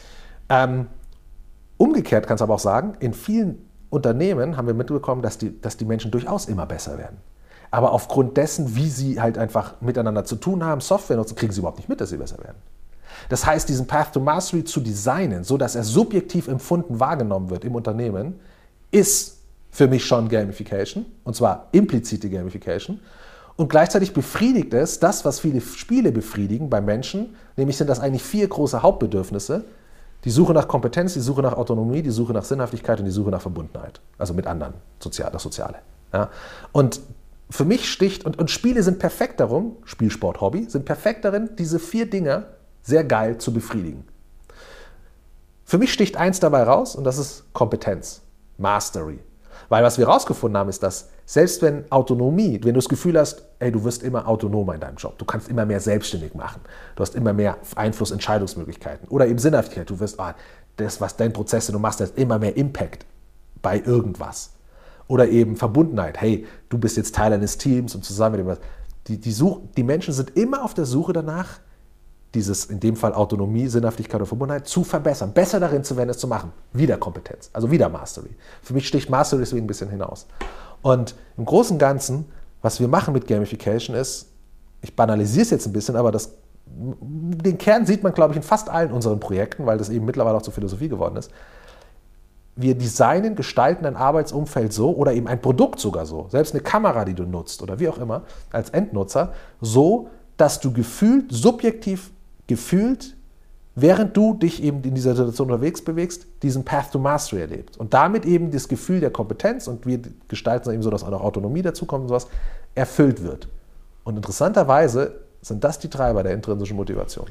Umgekehrt kannst du aber auch sagen, in vielen Unternehmen haben wir mitbekommen, dass die Menschen durchaus immer besser werden. Aber aufgrund dessen, wie sie halt einfach miteinander zu tun haben, Software nutzen, kriegen sie überhaupt nicht mit, dass sie besser werden. Das heißt, diesen Path to Mastery zu designen, so dass er subjektiv empfunden wahrgenommen wird im Unternehmen, ist für mich schon Gamification, und zwar implizite Gamification. Und gleichzeitig befriedigt es das, was viele Spiele befriedigen bei Menschen, nämlich sind das eigentlich 4 große Hauptbedürfnisse: die Suche nach Kompetenz, die Suche nach Autonomie, die Suche nach Sinnhaftigkeit und die Suche nach Verbundenheit. Also mit anderen, das Soziale. Ja? Und für mich sticht, und Spiele sind perfekt darum, Spielsport, Hobby, sind perfekt darin, diese 4 Dinge sehr geil zu befriedigen. Für mich sticht eins dabei raus und das ist Kompetenz, Mastery. Weil was wir rausgefunden haben, ist, dass selbst wenn Autonomie, wenn du das Gefühl hast, du wirst immer autonomer in deinem Job, du kannst immer mehr selbstständig machen, du hast immer mehr Einfluss, Entscheidungsmöglichkeiten oder eben Sinnhaftigkeit, du wirst, das, was dein Prozess, den du machst, hat immer mehr Impact bei irgendwas. Oder eben Verbundenheit, du bist jetzt Teil eines Teams und zusammen mit dem, die Menschen sind immer auf der Suche danach, dieses, in dem Fall Autonomie, Sinnhaftigkeit oder Verbundenheit, zu verbessern, besser darin zu werden, es zu machen. Wieder Kompetenz, also wieder Mastery. Für mich sticht Mastery deswegen ein bisschen hinaus. Und im Großen und Ganzen, was wir machen mit Gamification ist, ich banalisiere es jetzt ein bisschen, aber den Kern sieht man, glaube ich, in fast allen unseren Projekten, weil das eben mittlerweile auch zur Philosophie geworden ist. Wir designen, gestalten ein Arbeitsumfeld so oder eben ein Produkt sogar so, selbst eine Kamera, die du nutzt oder wie auch immer, als Endnutzer, so, dass du subjektiv gefühlt, während du dich eben in dieser Situation unterwegs bewegst, diesen Path to Mastery erlebst. Und damit eben das Gefühl der Kompetenz, und wir gestalten es eben so, dass auch noch Autonomie dazukommt und sowas, erfüllt wird. Und interessanterweise sind das die Treiber der intrinsischen Motivation.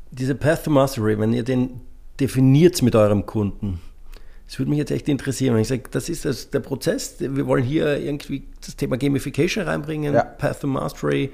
Dieser Path to Mastery, wenn ihr den definiert mit eurem Kunden, das würde mich jetzt echt interessieren, wenn ich sage, das ist der Prozess, wir wollen hier irgendwie das Thema Gamification reinbringen, Path to Mastery.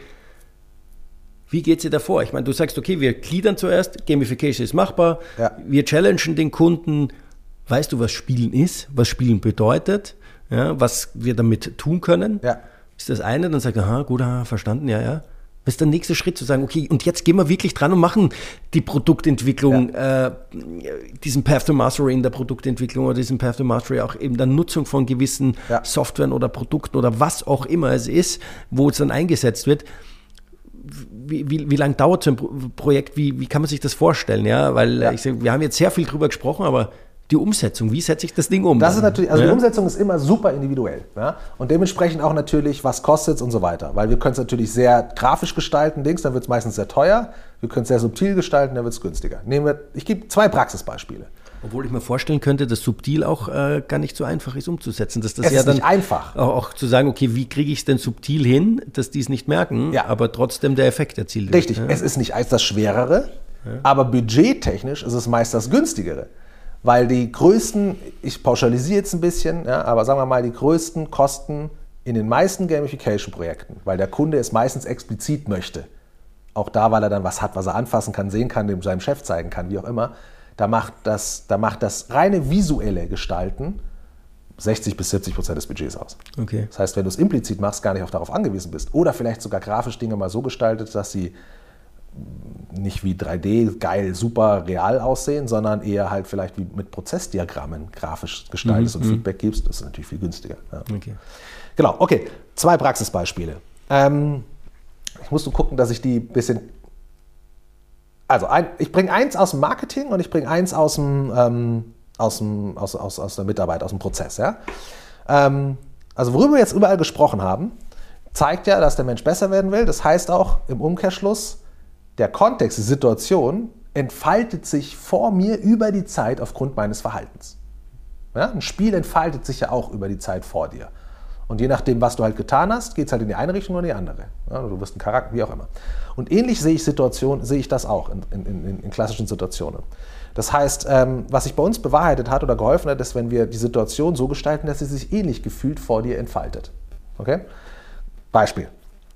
Wie geht ihr davor? Ich meine, du sagst, okay, wir gliedern zuerst, Gamification ist machbar, wir challengen den Kunden, weißt du, was Spielen ist, was Spielen bedeutet, ja, was wir damit tun können? Ja. Ist das eine, dann sagt er, aha, gut, verstanden, ja. Was ist der nächste Schritt, zu sagen, okay, und jetzt gehen wir wirklich dran und machen die Produktentwicklung, diesen Path to Mastery in der Produktentwicklung oder diesen Path to Mastery auch eben der Nutzung von gewissen Softwaren oder Produkten oder was auch immer es ist, wo es dann eingesetzt wird. Wie lange dauert so ein Projekt? Wie kann man sich das vorstellen? Ja, weil ich sage, wir haben jetzt sehr viel drüber gesprochen, aber die Umsetzung, wie setze ich das Ding um? Das ist natürlich, also die Umsetzung ist immer super individuell. Ja? Und dementsprechend auch natürlich, was kostet es und so weiter. Weil wir können es natürlich sehr grafisch gestalten, dann wird es meistens sehr teuer. Wir können es sehr subtil gestalten, dann wird es günstiger. Ich gebe 2 Praxisbeispiele. Obwohl ich mir vorstellen könnte, dass subtil auch gar nicht so einfach ist umzusetzen. Dass das es ist nicht einfach. Auch zu sagen, okay, wie kriege ich es denn subtil hin, dass die es nicht merken, aber trotzdem der Effekt erzielt wird. Richtig, es ist nicht das Schwerere, aber budgettechnisch ist es meist das Günstigere. Weil die größten, ich pauschalisiere jetzt ein bisschen, aber sagen wir mal, die größten Kosten in den meisten Gamification-Projekten, weil der Kunde es meistens explizit möchte, auch da, weil er dann was hat, was er anfassen kann, sehen kann, dem seinem Chef zeigen kann, wie auch immer, da macht das reine visuelle Gestalten 60-70% des Budgets aus. Okay. Das heißt, wenn du es implizit machst, gar nicht darauf angewiesen bist oder vielleicht sogar grafisch Dinge mal so gestaltet, dass sie nicht wie 3D geil, super real aussehen, sondern eher halt vielleicht wie mit Prozessdiagrammen grafisch gestaltest und Feedback gibst, das ist natürlich viel günstiger. Ja. Okay. Genau, okay. 2 Praxisbeispiele. Ich muss nur gucken, dass ich die ein bisschen... Also ich bringe eins aus dem Marketing und ich bringe eins aus der Mitarbeit, aus dem Prozess. Ja? Also worüber wir jetzt überall gesprochen haben, zeigt ja, dass der Mensch besser werden will. Das heißt auch im Umkehrschluss, der Kontext, die Situation entfaltet sich vor mir über die Zeit aufgrund meines Verhaltens. Ja? Ein Spiel entfaltet sich ja auch über die Zeit vor dir. Und je nachdem, was du halt getan hast, geht es halt in die eine Richtung oder in die andere. Ja, du wirst ein Charakter, wie auch immer. Und ähnlich sehe ich das auch in klassischen Situationen. Das heißt, was sich bei uns bewahrheitet hat oder geholfen hat, ist, wenn wir die Situation so gestalten, dass sie sich ähnlich gefühlt vor dir entfaltet. Okay? Beispiel.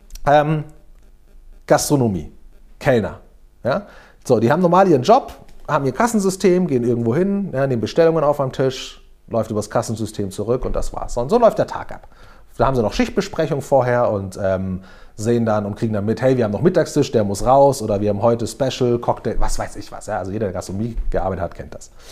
Gastronomie. Kellner. Ja? So, die haben normal ihren Job, haben ihr Kassensystem, gehen irgendwo hin, nehmen Bestellungen auf am Tisch, läuft übers Kassensystem zurück und das war's. Und so läuft der Tag ab. Da haben sie noch Schichtbesprechung vorher und sehen dann und kriegen dann mit, hey, wir haben noch Mittagstisch, der muss raus oder wir haben heute Special, Cocktail, was weiß ich was. Ja? Also jeder, der Gastronomie gearbeitet hat, kennt das.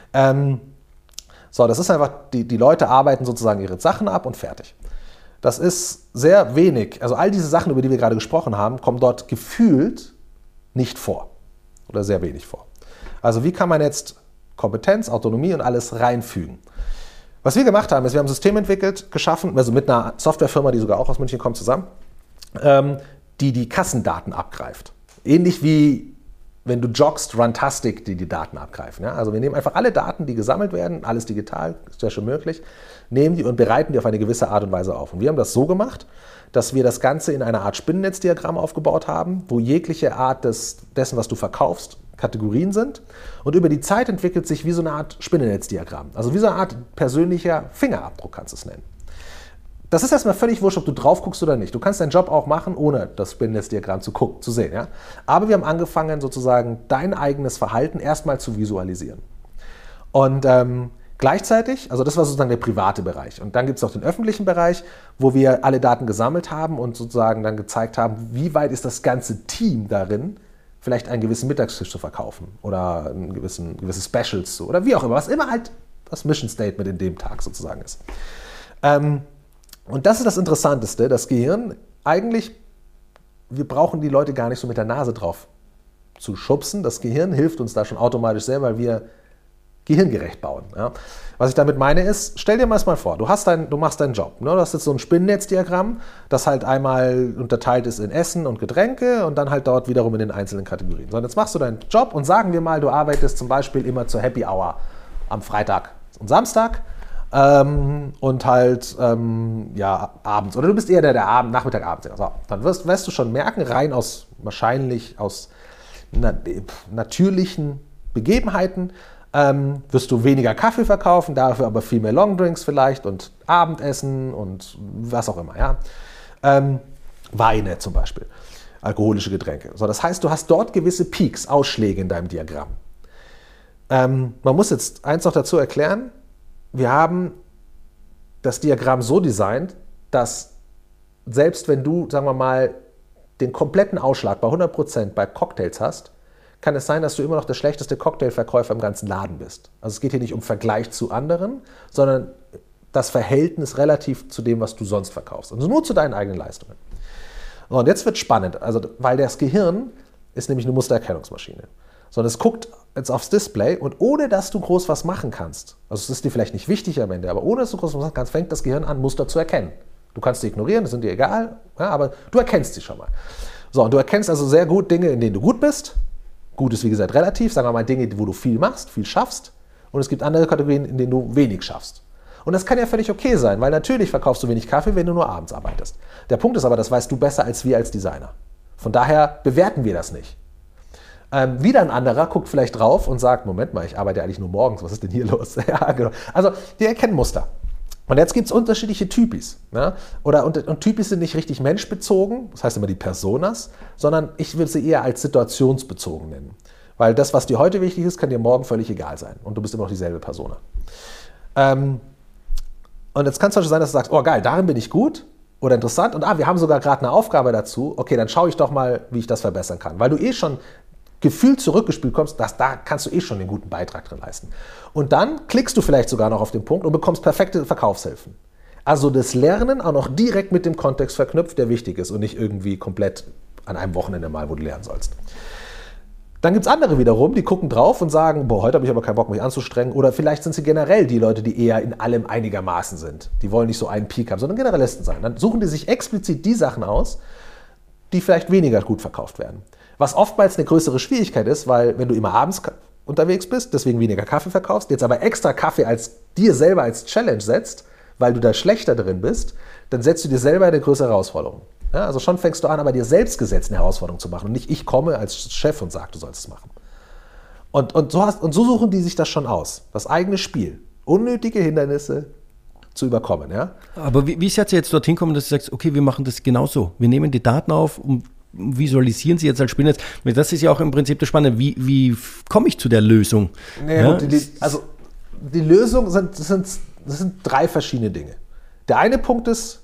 So, das ist einfach, die Leute arbeiten sozusagen ihre Sachen ab und fertig. Das ist sehr wenig, also all diese Sachen, über die wir gerade gesprochen haben, kommen dort gefühlt nicht vor oder sehr wenig vor. Also wie kann man jetzt Kompetenz, Autonomie und alles reinfügen? Was wir gemacht haben, ist, wir haben ein System entwickelt, geschaffen, also mit einer Softwarefirma, die sogar auch aus München kommt, zusammen, die Kassendaten abgreift. Ähnlich wie, wenn du joggst, Runtastic, die Daten abgreifen. Ja? Also wir nehmen einfach alle Daten, die gesammelt werden, alles digital, ist ja schon möglich, nehmen die und bereiten die auf eine gewisse Art und Weise auf. Und wir haben das so gemacht, dass wir das Ganze in einer Art Spinnennetzdiagramm aufgebaut haben, wo jegliche Art dessen, was du verkaufst, Kategorien sind. Und über die Zeit entwickelt sich wie so eine Art Spinnennetzdiagramm. Also wie so eine Art persönlicher Fingerabdruck kannst du es nennen. Das ist erstmal völlig wurscht, ob du drauf guckst oder nicht. Du kannst deinen Job auch machen, ohne das Spinnennetzdiagramm zu sehen. Ja? Aber wir haben angefangen, sozusagen dein eigenes Verhalten erstmal zu visualisieren. Und gleichzeitig, also das war sozusagen der private Bereich. Und dann gibt es auch den öffentlichen Bereich, wo wir alle Daten gesammelt haben und sozusagen dann gezeigt haben, wie weit ist das ganze Team darin, vielleicht einen gewissen Mittagstisch zu verkaufen oder gewisse Specials oder wie auch immer, was immer halt das Mission Statement in dem Tag sozusagen ist. Und das ist das Interessanteste, das Gehirn, eigentlich, wir brauchen die Leute gar nicht so mit der Nase drauf zu schubsen. Das Gehirn hilft uns da schon automatisch sehr, weil wir gehirngerecht bauen. Ja. Was ich damit meine ist, stell dir mal vor, du machst deinen Job. Ne? Du hast jetzt so ein Spinnennetzdiagramm, das halt einmal unterteilt ist in Essen und Getränke und dann halt dort wiederum in den einzelnen Kategorien. So, und jetzt machst du deinen Job und sagen wir mal, du arbeitest zum Beispiel immer zur Happy Hour am Freitag und Samstag und halt abends. Oder du bist eher der Nachmittag, Abend. So, dann wirst du schon merken, wahrscheinlich aus natürlichen Begebenheiten wirst du weniger Kaffee verkaufen, dafür aber viel mehr Longdrinks vielleicht und Abendessen und was auch immer. Ja? Weine zum Beispiel, alkoholische Getränke. So, das heißt, du hast dort gewisse Peaks, Ausschläge in deinem Diagramm. Man muss jetzt eins noch dazu erklären, wir haben das Diagramm so designt, dass selbst wenn du, sagen wir mal, den kompletten Ausschlag bei 100% bei Cocktails hast, kann es sein, dass du immer noch der schlechteste Cocktailverkäufer im ganzen Laden bist. Also es geht hier nicht um Vergleich zu anderen, sondern das Verhältnis relativ zu dem, was du sonst verkaufst. Also nur zu deinen eigenen Leistungen. Und jetzt wird es spannend, also, weil das Gehirn ist nämlich eine Mustererkennungsmaschine. Sondern es guckt jetzt aufs Display und ohne, dass du groß was machen kannst, also es ist dir vielleicht nicht wichtig am Ende, aber ohne, dass du groß was machen kannst, fängt das Gehirn an, Muster zu erkennen. Du kannst sie ignorieren, das sind dir egal, ja, aber du erkennst sie schon mal. So, und du erkennst also sehr gut Dinge, in denen du gut bist. Gut ist, wie gesagt, relativ, sagen wir mal Dinge, wo du viel machst, viel schaffst. Und es gibt andere Kategorien, in denen du wenig schaffst. Und das kann ja völlig okay sein, weil natürlich verkaufst du wenig Kaffee, wenn du nur abends arbeitest. Der Punkt ist aber, das weißt du besser als wir als Designer. Von daher bewerten wir das nicht. Wieder ein anderer guckt vielleicht drauf und sagt, Moment mal, ich arbeite eigentlich nur morgens, was ist denn hier los? Ja, genau. Also, die erkennen Muster. Und jetzt gibt es unterschiedliche Typis. Ne? Und Typis sind nicht richtig menschbezogen, das heißt immer die Personas, sondern ich würde sie eher als situationsbezogen nennen. Weil das, was dir heute wichtig ist, kann dir morgen völlig egal sein. Und du bist immer noch dieselbe Persona. Und jetzt kann es zum Beispiel sein, dass du sagst, oh geil, darin bin ich gut oder interessant. Und wir haben sogar gerade eine Aufgabe dazu. Okay, dann schaue ich doch mal, wie ich das verbessern kann. Weil du schon gefühlt zurückgespielt kommst, da kannst du schon den guten Beitrag drin leisten. Und dann klickst du vielleicht sogar noch auf den Punkt und bekommst perfekte Verkaufshilfen. Also das Lernen auch noch direkt mit dem Kontext verknüpft, der wichtig ist und nicht irgendwie komplett an einem Wochenende mal, wo du lernen sollst. Dann gibt es andere wiederum, die gucken drauf und sagen, boah, heute habe ich aber keinen Bock, mich anzustrengen. Oder vielleicht sind sie generell die Leute, die eher in allem einigermaßen sind. Die wollen nicht so einen Peak haben, sondern Generalisten sein. Dann suchen die sich explizit die Sachen aus, die vielleicht weniger gut verkauft werden. Was oftmals eine größere Schwierigkeit ist, weil wenn du immer abends unterwegs bist, deswegen weniger Kaffee verkaufst, jetzt aber extra Kaffee als dir selber als Challenge setzt, weil du da schlechter drin bist, dann setzt du dir selber eine größere Herausforderung. Ja, also schon fängst du an, aber dir selbst gesetzt eine Herausforderung zu machen und nicht ich komme als Chef und sage, du sollst es machen. Und so suchen die sich das schon aus. Das eigene Spiel. Unnötige Hindernisse zu überkommen. Ja? Aber wie seid ihr jetzt dorthin kommen, dass du sagst, okay, wir machen das genauso. Wir nehmen die Daten auf und visualisieren sie jetzt als Spinner. Das ist ja auch im Prinzip das Spannende. Wie komme ich zu der Lösung? Ja, gut, die Lösung sind 3 verschiedene Dinge. Der eine Punkt ist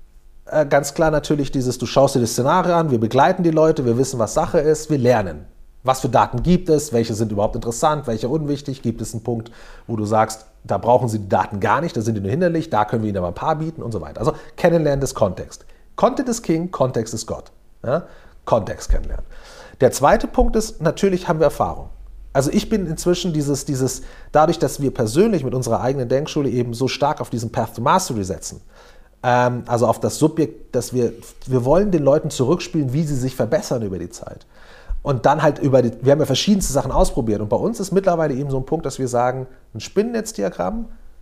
ganz klar natürlich du schaust dir das Szenario an, wir begleiten die Leute, wir wissen, was Sache ist, wir lernen. Was für Daten gibt es, welche sind überhaupt interessant, welche unwichtig, gibt es einen Punkt, wo du sagst, da brauchen sie die Daten gar nicht, da sind die nur hinderlich, da können wir ihnen aber ein paar bieten und so weiter. Also kennenlernen des Kontext. Content ist King, Kontext ist Gott. Ja? Kontext kennenlernen. Der zweite Punkt ist, natürlich haben wir Erfahrung. Also ich bin inzwischen dadurch, dass wir persönlich mit unserer eigenen Denkschule eben so stark auf diesen Path to Mastery setzen, also auf das Subjekt, dass wir wollen den Leuten zurückspielen, wie sie sich verbessern über die Zeit. Und dann halt wir haben ja verschiedenste Sachen ausprobiert und bei uns ist mittlerweile eben so ein Punkt, dass wir sagen, ein Spinnennetzdiagramm,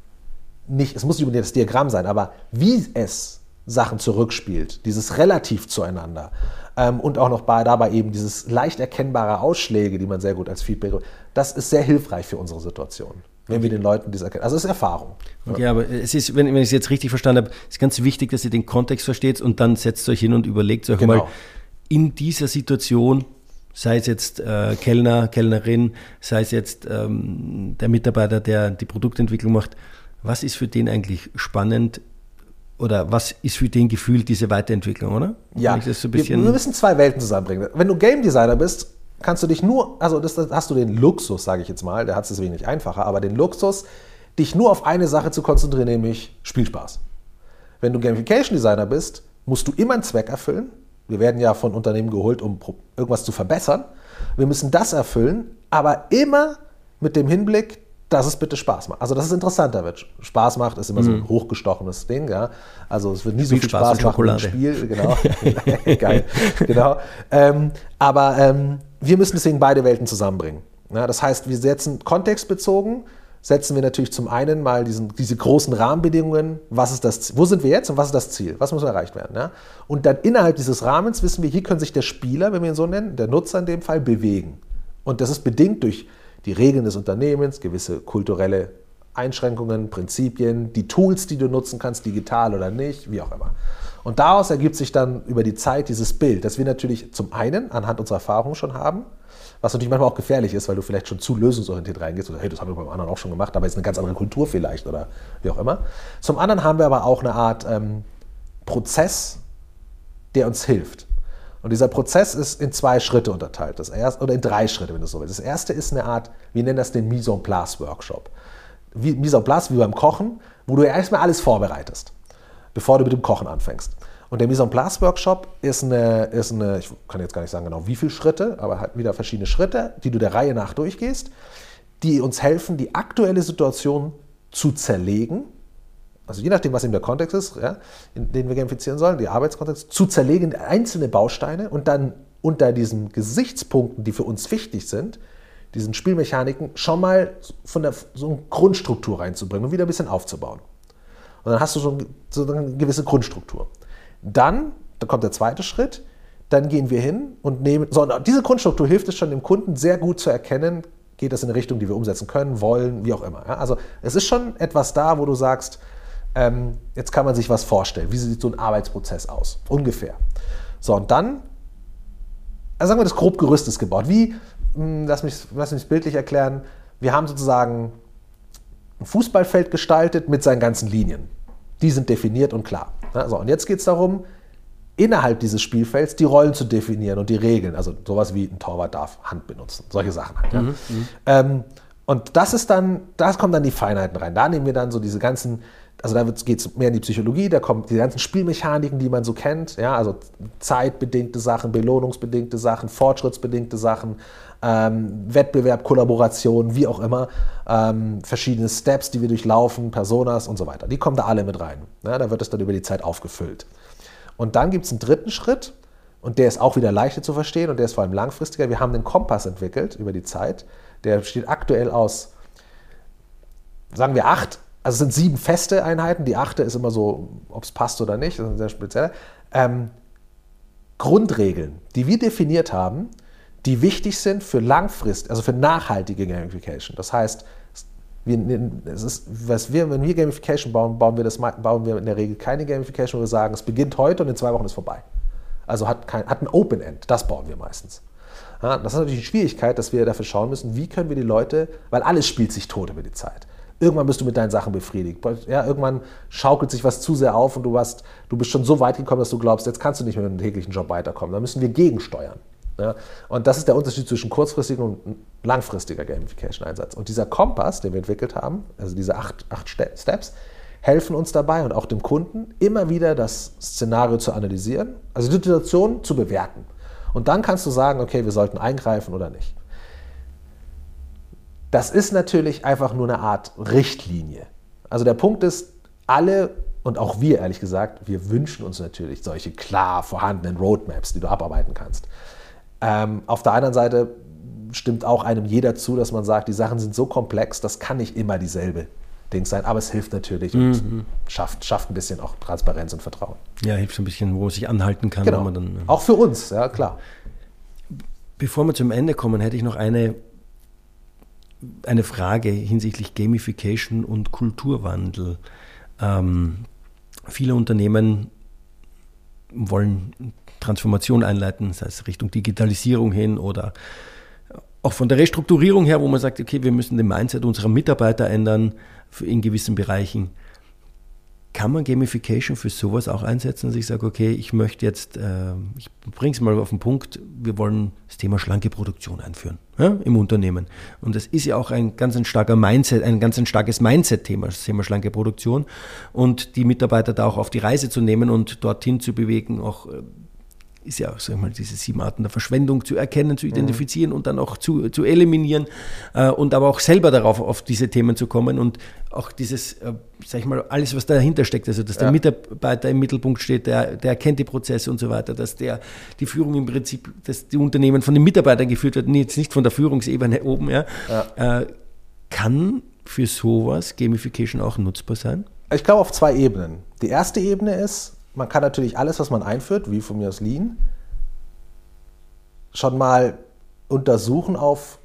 es muss nicht unbedingt das Diagramm sein, aber wie es Sachen zurückspielt, dieses relativ zueinander und auch noch dabei eben dieses leicht erkennbare Ausschläge, die man sehr gut als Feedback, das ist sehr hilfreich für unsere Situation. Wenn wir den Leuten das erkennen. Also es ist Erfahrung. Okay, ja. Aber es ist, wenn ich es jetzt richtig verstanden habe, ist ganz wichtig, dass ihr den Kontext versteht und dann setzt euch hin und überlegt euch mal in dieser Situation, sei es jetzt Kellner, Kellnerin, sei es jetzt der Mitarbeiter, der die Produktentwicklung macht, was ist für den eigentlich spannend oder was ist für den gefühlt diese Weiterentwicklung, oder? Ja, wir müssen 2 Welten zusammenbringen. Wenn du Game Designer bist, kannst du dich hast du den Luxus, sage ich jetzt mal, der hat es deswegen nicht einfacher, aber den Luxus, dich nur auf eine Sache zu konzentrieren, nämlich Spielspaß. Wenn du Gamification Designer bist, musst du immer einen Zweck erfüllen. Wir werden ja von Unternehmen geholt, um irgendwas zu verbessern. Wir müssen das erfüllen, aber immer mit dem Hinblick, dass es bitte Spaß macht. Also dass es interessanter wird. Spaß macht ist immer so ein hochgestochenes Ding. Ja? Also es wird nie so viel Spaß machen im Spiel. Genau. Geil. Genau. Aber wir müssen deswegen beide Welten zusammenbringen. Ja, das heißt, wir setzen kontextbezogen, setzen wir natürlich zum einen mal diese großen Rahmenbedingungen, wo sind wir jetzt und was ist das Ziel, was muss erreicht werden. Ja? Und dann innerhalb dieses Rahmens wissen wir, hier können sich der Spieler, wenn wir ihn so nennen, der Nutzer in dem Fall, bewegen. Und das ist bedingt durch die Regeln des Unternehmens, gewisse kulturelle Einschränkungen, Prinzipien, die Tools, die du nutzen kannst, digital oder nicht, wie auch immer. Und daraus ergibt sich dann über die Zeit dieses Bild, das wir natürlich zum einen anhand unserer Erfahrungen schon haben, was natürlich manchmal auch gefährlich ist, weil du vielleicht schon zu lösungsorientiert reingehst oder hey, das haben wir beim anderen auch schon gemacht, aber jetzt eine ganz andere Kultur vielleicht oder wie auch immer. Zum anderen haben wir aber auch eine Art Prozess, der uns hilft. Und dieser Prozess ist in 2 Schritte unterteilt, oder in 3 Schritte, wenn du so willst. Das erste ist eine Art, wir nennen das den Mise en place Workshop. Mise en place wie beim Kochen, wo du erstmal alles vorbereitest, bevor du mit dem Kochen anfängst. Und der Mise en place Workshop ist eine, ich kann jetzt gar nicht sagen genau wie viele Schritte, aber halt wieder verschiedene Schritte, die du der Reihe nach durchgehst, die uns helfen, die aktuelle Situation zu zerlegen, also je nachdem, was eben der Kontext ist, ja, in den wir gamifizieren sollen, der Arbeitskontext, zu zerlegen in einzelne Bausteine und dann unter diesen Gesichtspunkten, die für uns wichtig sind, diesen Spielmechaniken schon mal so eine Grundstruktur reinzubringen und wieder ein bisschen aufzubauen. Und dann hast du schon so eine gewisse Grundstruktur. Dann kommt der zweite Schritt, dann gehen wir hin und und diese Grundstruktur hilft es schon dem Kunden sehr gut zu erkennen, geht das in eine Richtung, die wir umsetzen können, wollen, wie auch immer. Ja? Also es ist schon etwas da, wo du sagst, jetzt kann man sich was vorstellen. Wie sieht so ein Arbeitsprozess aus? Ungefähr. So, und dann, also sagen wir, das Grobgerüst ist gebaut. Lass mich bildlich erklären, wir haben sozusagen ein Fußballfeld gestaltet mit seinen ganzen Linien. Die sind definiert und klar. Ja, so, und jetzt geht es darum, innerhalb dieses Spielfelds die Rollen zu definieren und die Regeln. Also sowas wie ein Torwart darf Hand benutzen. Solche Sachen halt. Ja. Und da kommen dann die Feinheiten rein. Da nehmen wir dann so diese ganzen, also da geht es mehr in die Psychologie, da kommen die ganzen Spielmechaniken, die man so kennt, ja, also zeitbedingte Sachen, belohnungsbedingte Sachen, fortschrittsbedingte Sachen, Wettbewerb, Kollaboration, wie auch immer, verschiedene Steps, die wir durchlaufen, Personas und so weiter. Die kommen da alle mit rein. Ja, da wird es dann über die Zeit aufgefüllt. Und dann gibt es einen dritten Schritt, und der ist auch wieder leichter zu verstehen und der ist vor allem langfristiger. Wir haben einen Kompass entwickelt über die Zeit, der besteht aktuell aus, sagen wir 8, also es sind 7 feste Einheiten, die 8. ist immer so, ob es passt oder nicht, das ist ein sehr spezieller. Grundregeln, die wir definiert haben, die wichtig sind für langfristig, also für nachhaltige Gamification. Das heißt, wenn wir Gamification bauen, bauen wir in der Regel keine Gamification, wo wir sagen, es beginnt heute und in 2 Wochen ist vorbei. Also hat ein Open End, das bauen wir meistens. Ja, das ist natürlich die Schwierigkeit, dass wir dafür schauen müssen, wie können wir die Leute, weil alles spielt sich tot über die Zeit. Irgendwann bist du mit deinen Sachen befriedigt. Ja, irgendwann schaukelt sich was zu sehr auf und du bist schon so weit gekommen, dass du glaubst, jetzt kannst du nicht mehr mit dem täglichen Job weiterkommen. Da müssen wir gegensteuern. Ja, und das ist der Unterschied zwischen kurzfristiger und langfristiger Gamification-Einsatz. Und dieser Kompass, den wir entwickelt haben, also diese 8 Steps, helfen uns dabei und auch dem Kunden, immer wieder das Szenario zu analysieren, also die Situation zu bewerten. Und dann kannst du sagen, okay, wir sollten eingreifen oder nicht. Das ist natürlich einfach nur eine Art Richtlinie. Also der Punkt ist, alle und auch wir, ehrlich gesagt, wir wünschen uns natürlich solche klar vorhandenen Roadmaps, die du abarbeiten kannst. Auf der anderen Seite stimmt auch einem jeder zu, dass man sagt, die Sachen sind so komplex, das kann nicht immer dieselbe Ding sein, aber es hilft natürlich und schafft ein bisschen auch Transparenz und Vertrauen. Ja, hilft so ein bisschen, wo man sich anhalten kann. Genau. Wo man dann, auch für uns, ja klar. Bevor wir zum Ende kommen, hätte ich noch eine Frage hinsichtlich Gamification und Kulturwandel. Viele Unternehmen wollen Transformation einleiten, sei es Richtung Digitalisierung hin oder auch von der Restrukturierung her, wo man sagt, okay, wir müssen den Mindset unserer Mitarbeiter ändern in gewissen Bereichen. Kann man Gamification für sowas auch einsetzen, dass ich sage, okay, ich möchte jetzt, ich bringe es mal auf den Punkt, wir wollen das Thema schlanke Produktion einführen, ja, im Unternehmen. Und das ist ja auch ein ganz starkes Mindset-Thema, das Thema schlanke Produktion. Und die Mitarbeiter da auch auf die Reise zu nehmen und dorthin zu bewegen, auch ist ja auch, sag ich mal, diese 7 Arten der Verschwendung zu erkennen, zu identifizieren und dann auch zu eliminieren und aber auch selber darauf auf diese Themen zu kommen und auch dieses, sag ich mal, alles, was dahinter steckt, also dass der Mitarbeiter im Mittelpunkt steht, der erkennt die Prozesse und so weiter, dass die Führung im Prinzip, dass die Unternehmen von den Mitarbeitern geführt wird, jetzt nicht von der Führungsebene oben, kann für sowas Gamification auch nutzbar sein? Ich glaube auf 2 Ebenen. Die erste Ebene ist, man kann natürlich alles, was man einführt, wie von mir aus Lean, schon mal untersuchen auf,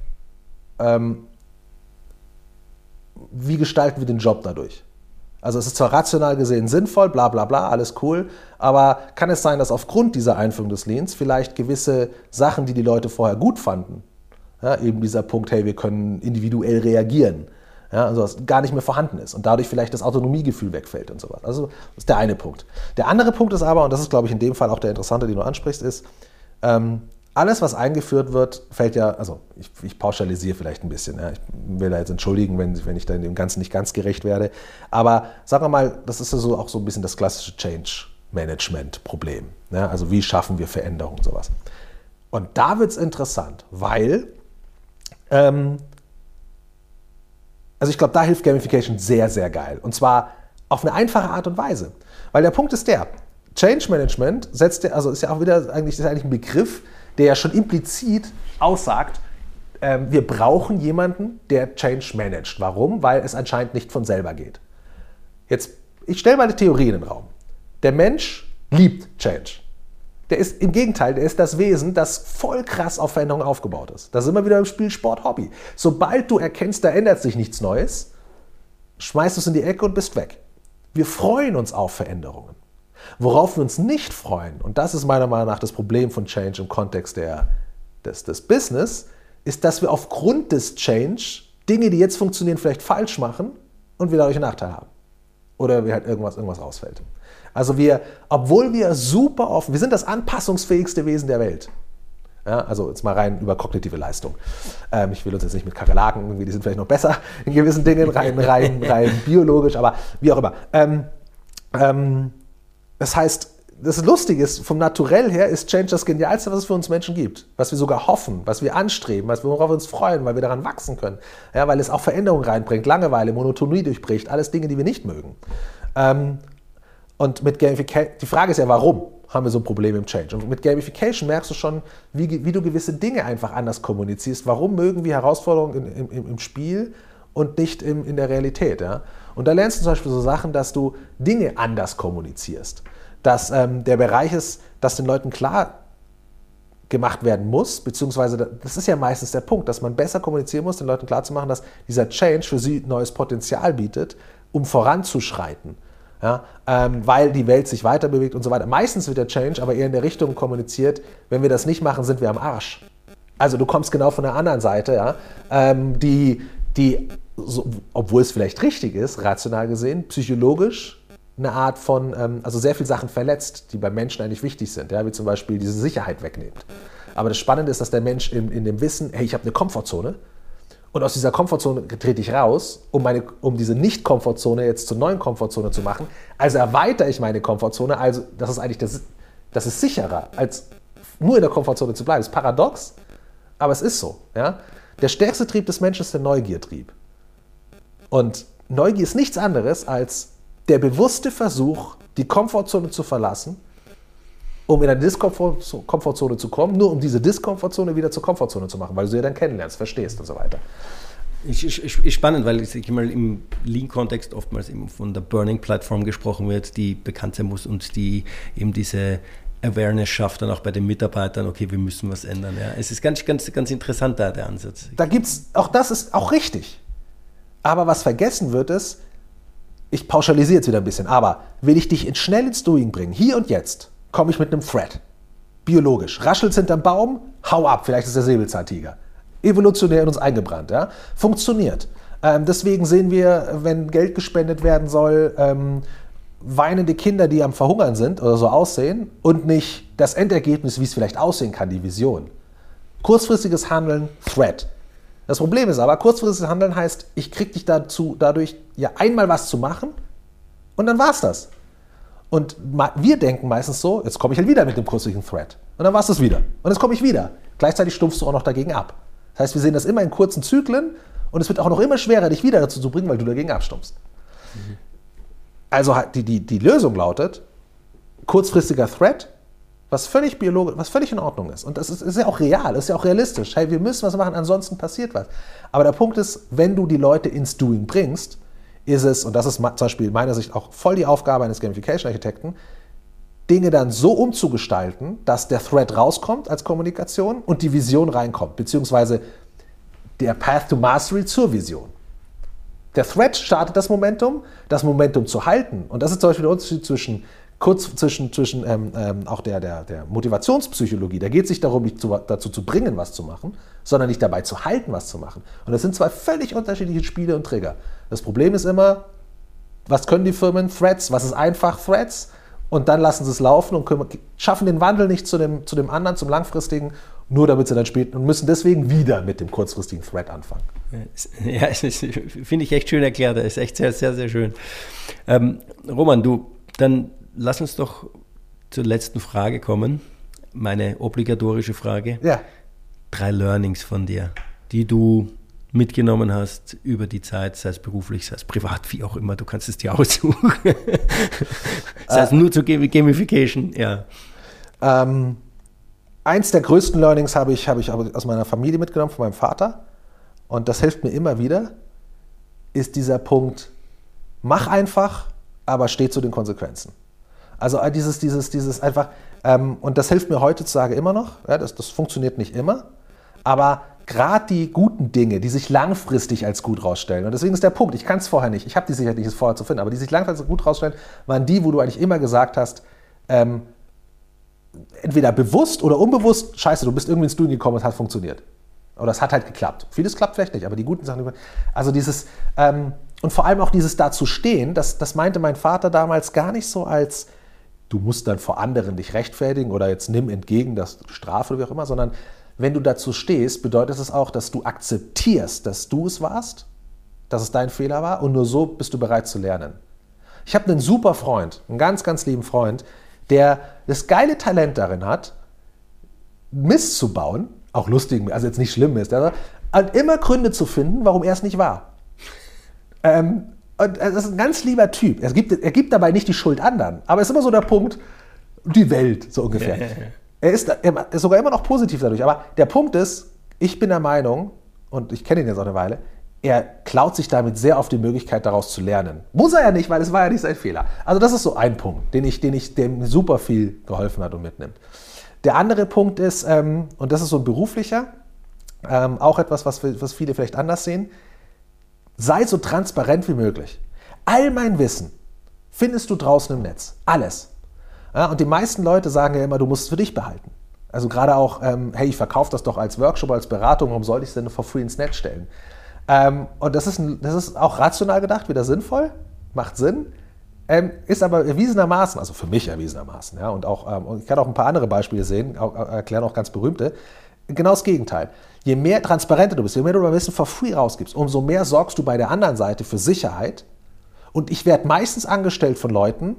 wie gestalten wir den Job dadurch. Also es ist zwar rational gesehen sinnvoll, bla bla bla, alles cool, aber kann es sein, dass aufgrund dieser Einführung des Leans vielleicht gewisse Sachen, die die Leute vorher gut fanden, ja, eben dieser Punkt, hey, wir können individuell reagieren, ja, also was gar nicht mehr vorhanden ist und dadurch vielleicht das Autonomiegefühl wegfällt und sowas. Also das ist der eine Punkt. Der andere Punkt ist aber, und das ist, glaube ich, in dem Fall auch der interessante, den du ansprichst, ist, alles, was eingeführt wird, fällt ja, also ich pauschalisiere vielleicht ein bisschen, ja, ich will da jetzt entschuldigen, wenn ich da in dem Ganzen nicht ganz gerecht werde, aber sagen wir mal, das ist ja so auch so ein bisschen das klassische Change-Management-Problem, ja, also wie schaffen wir Veränderungen und sowas. Und da wird es interessant, weil, also ich glaube, da hilft Gamification sehr, sehr geil und zwar auf eine einfache Art und Weise, weil der Punkt ist der, Change Management ist ja auch wieder eigentlich ein Begriff, der ja schon implizit aussagt, wir brauchen jemanden, der Change managt. Warum? Weil es anscheinend nicht von selber geht. Jetzt, ich stelle mal eine Theorie in den Raum. Der Mensch liebt Change. Der ist im Gegenteil, der ist das Wesen, das voll krass auf Veränderungen aufgebaut ist. Da sind wir wieder im Spiel Sport, Hobby. Sobald du erkennst, da ändert sich nichts Neues, schmeißt du es in die Ecke und bist weg. Wir freuen uns auf Veränderungen. Worauf wir uns nicht freuen, und das ist meiner Meinung nach das Problem von Change im Kontext des Business, ist, dass wir aufgrund des Change Dinge, die jetzt funktionieren, vielleicht falsch machen und wir dadurch einen Nachteil haben. Oder wir halt irgendwas ausfällt. Also obwohl wir super offen, wir sind das anpassungsfähigste Wesen der Welt. Ja, also jetzt mal rein über kognitive Leistung. Ich will uns jetzt nicht mit Kakerlaken, irgendwie, die sind vielleicht noch besser in gewissen Dingen, rein biologisch, aber wie auch immer. Das heißt, das Lustige ist, vom Naturell her ist Change das Genialste, was es für uns Menschen gibt. Was wir sogar hoffen, was wir anstreben, worauf wir uns freuen, weil wir daran wachsen können. Ja, weil es auch Veränderungen reinbringt, Langeweile, Monotonie durchbricht, alles Dinge, die wir nicht mögen. Und mit Gamification, die Frage ist ja, warum haben wir so ein Problem im Change? Und mit Gamification merkst du schon, wie du gewisse Dinge einfach anders kommunizierst. Warum mögen wir Herausforderungen im Spiel und nicht in der Realität? Ja? Und da lernst du zum Beispiel so Sachen, dass du Dinge anders kommunizierst. Dass der Bereich ist, dass den Leuten klar gemacht werden muss, beziehungsweise das ist ja meistens der Punkt, dass man besser kommunizieren muss, den Leuten klarzumachen, dass dieser Change für sie neues Potenzial bietet, um voranzuschreiten. Ja, weil die Welt sich weiter bewegt und so weiter. Meistens wird der Change aber eher in der Richtung kommuniziert, wenn wir das nicht machen, sind wir am Arsch. Also du kommst genau von der anderen Seite, ja, die so, obwohl es vielleicht richtig ist, rational gesehen, psychologisch eine Art von, also sehr viele Sachen verletzt, die beim Menschen eigentlich wichtig sind, ja, wie zum Beispiel diese Sicherheit wegnimmt. Aber das Spannende ist, dass der Mensch in dem Wissen, hey, ich habe eine Komfortzone und aus dieser Komfortzone trete ich raus, um diese Nicht-Komfortzone jetzt zur neuen Komfortzone zu machen. Also erweitere ich meine Komfortzone, also das ist eigentlich das ist sicherer, als nur in der Komfortzone zu bleiben. Das ist paradox, aber es ist so. Ja? Der stärkste Trieb des Menschen ist der Neugiertrieb. Und Neugier ist nichts anderes als der bewusste Versuch, die Komfortzone zu verlassen, um in eine Diskomfortzone zu kommen, nur um diese Diskomfortzone wieder zur Komfortzone zu machen, weil du sie ja dann kennenlernst, verstehst und so weiter. Ist spannend, weil ich mal im Lean-Kontext oftmals eben von der Burning-Plattform gesprochen wird, die bekannt sein muss und die eben diese Awareness schafft dann auch bei den Mitarbeitern, okay, wir müssen was ändern. Ja. Es ist ganz, ganz, ganz interessant da, der Ansatz. Da gibt's, auch das ist auch richtig. Aber was vergessen wird ist, ich pauschalisiere jetzt wieder ein bisschen, aber will ich dich schnell ins Doing bringen, hier und jetzt, komme ich mit einem Threat. Biologisch. Raschelt's hinterm Baum, hau ab, vielleicht ist der Säbelzahntiger. Evolutionär in uns eingebrannt. Ja? Funktioniert. Deswegen sehen wir, wenn Geld gespendet werden soll, weinende Kinder, die am Verhungern sind oder so aussehen und nicht das Endergebnis, wie es vielleicht aussehen kann, die Vision. Kurzfristiges Handeln, Threat. Das Problem ist aber, kurzfristiges Handeln heißt, ich kriege dich dazu, dadurch ja einmal was zu machen und dann war's das. Und wir denken meistens so, jetzt komme ich halt wieder mit dem kurzfristigen Threat. Und dann war es das wieder. Und jetzt komme ich wieder. Gleichzeitig stumpfst du auch noch dagegen ab. Das heißt, wir sehen das immer in kurzen Zyklen und es wird auch noch immer schwerer, dich wieder dazu zu bringen, weil du dagegen abstumpfst. Also die Lösung lautet, kurzfristiger Threat, was völlig biologisch, was völlig in Ordnung ist. Und das ist ja auch real, ist ja auch realistisch. Hey, wir müssen was machen, ansonsten passiert was. Aber der Punkt ist, wenn du die Leute ins Doing bringst, ist es, und das ist zum Beispiel in meiner Sicht auch voll die Aufgabe eines Gamification-Architekten, Dinge dann so umzugestalten, dass der Thread rauskommt als Kommunikation und die Vision reinkommt, beziehungsweise der Path to Mastery zur Vision. Der Thread startet das Momentum zu halten. Und das ist zum Beispiel der Unterschied zwischen auch der Motivationspsychologie. Da geht es nicht darum, dich dazu zu bringen, was zu machen, sondern dich dabei zu halten, was zu machen. Und das sind zwei völlig unterschiedliche Spiele und Trigger. Das Problem ist immer, was können die Firmen? Threads. Was ist einfach? Threads. Und dann lassen sie es laufen und schaffen den Wandel nicht zu dem anderen, zum langfristigen, nur damit sie dann später und müssen deswegen wieder mit dem kurzfristigen Thread anfangen. Ja, finde ich echt schön erklärt. Das ist echt sehr, sehr, sehr schön. Roman, dann lass uns doch zur letzten Frage kommen. Meine obligatorische Frage. Ja. 3 Learnings von dir, die du mitgenommen hast über die Zeit, sei es beruflich, sei es privat, wie auch immer, du kannst es dir aussuchen. Sei es nur zur Gamification, ja. Eins der größten Learnings habe ich aus meiner Familie mitgenommen, von meinem Vater. Und das hilft mir immer wieder, ist dieser Punkt, mach einfach, aber steh zu den Konsequenzen. Also dieses einfach, und das hilft mir heutzutage immer noch, ja, das funktioniert nicht immer, aber gerade die guten Dinge, die sich langfristig als gut rausstellen, und deswegen ist der Punkt, ich kann es vorher nicht, ich habe die Sicherheit nicht, es vorher zu finden, aber die sich langfristig gut rausstellen, waren die, wo du eigentlich immer gesagt hast, entweder bewusst oder unbewusst, scheiße, du bist irgendwie ins Doing gekommen und es hat funktioniert. Oder es hat halt geklappt. Vieles klappt vielleicht nicht, aber die guten Sachen, also dieses, und vor allem auch dieses dazu stehen, das meinte mein Vater damals gar nicht so als, du musst dann vor anderen dich rechtfertigen oder jetzt nimm entgegen das Strafe oder wie auch immer, sondern wenn du dazu stehst, bedeutet es auch, dass du akzeptierst, dass du es warst, dass es dein Fehler war und nur so bist du bereit zu lernen. Ich habe einen super Freund, einen ganz, ganz lieben Freund, der das geile Talent darin hat, Mist zu bauen, auch lustig, also jetzt nicht schlimm Mist, und immer Gründe zu finden, warum er es nicht war. Und das ist ein ganz lieber Typ. Er gibt dabei nicht die Schuld anderen, aber es ist immer so der Punkt, die Welt, so ungefähr. Er ist sogar immer noch positiv dadurch, aber der Punkt ist, ich bin der Meinung, und ich kenne ihn jetzt auch eine Weile, er klaut sich damit sehr oft die Möglichkeit, daraus zu lernen. Muss er ja nicht, weil es war ja nicht sein Fehler. Also das ist so ein Punkt, dem super viel geholfen hat und mitnimmt. Der andere Punkt ist, und das ist so ein beruflicher, auch etwas, was viele vielleicht anders sehen, sei so transparent wie möglich. All mein Wissen findest du draußen im Netz. Alles. Ja, und die meisten Leute sagen ja immer, du musst es für dich behalten. Also gerade auch, hey, ich verkaufe das doch als Workshop, als Beratung, warum sollte ich es denn for free ins Netz stellen? Und das ist auch rational gedacht, wieder sinnvoll, macht Sinn, ist aber erwiesenermaßen, also für mich erwiesenermaßen, ja, und ich kann auch ein paar andere Beispiele sehen, erklären auch ganz berühmte, genau das Gegenteil. Je mehr transparenter du bist, je mehr du dein Wissen for free rausgibst, umso mehr sorgst du bei der anderen Seite für Sicherheit. Und ich werde meistens angestellt von Leuten,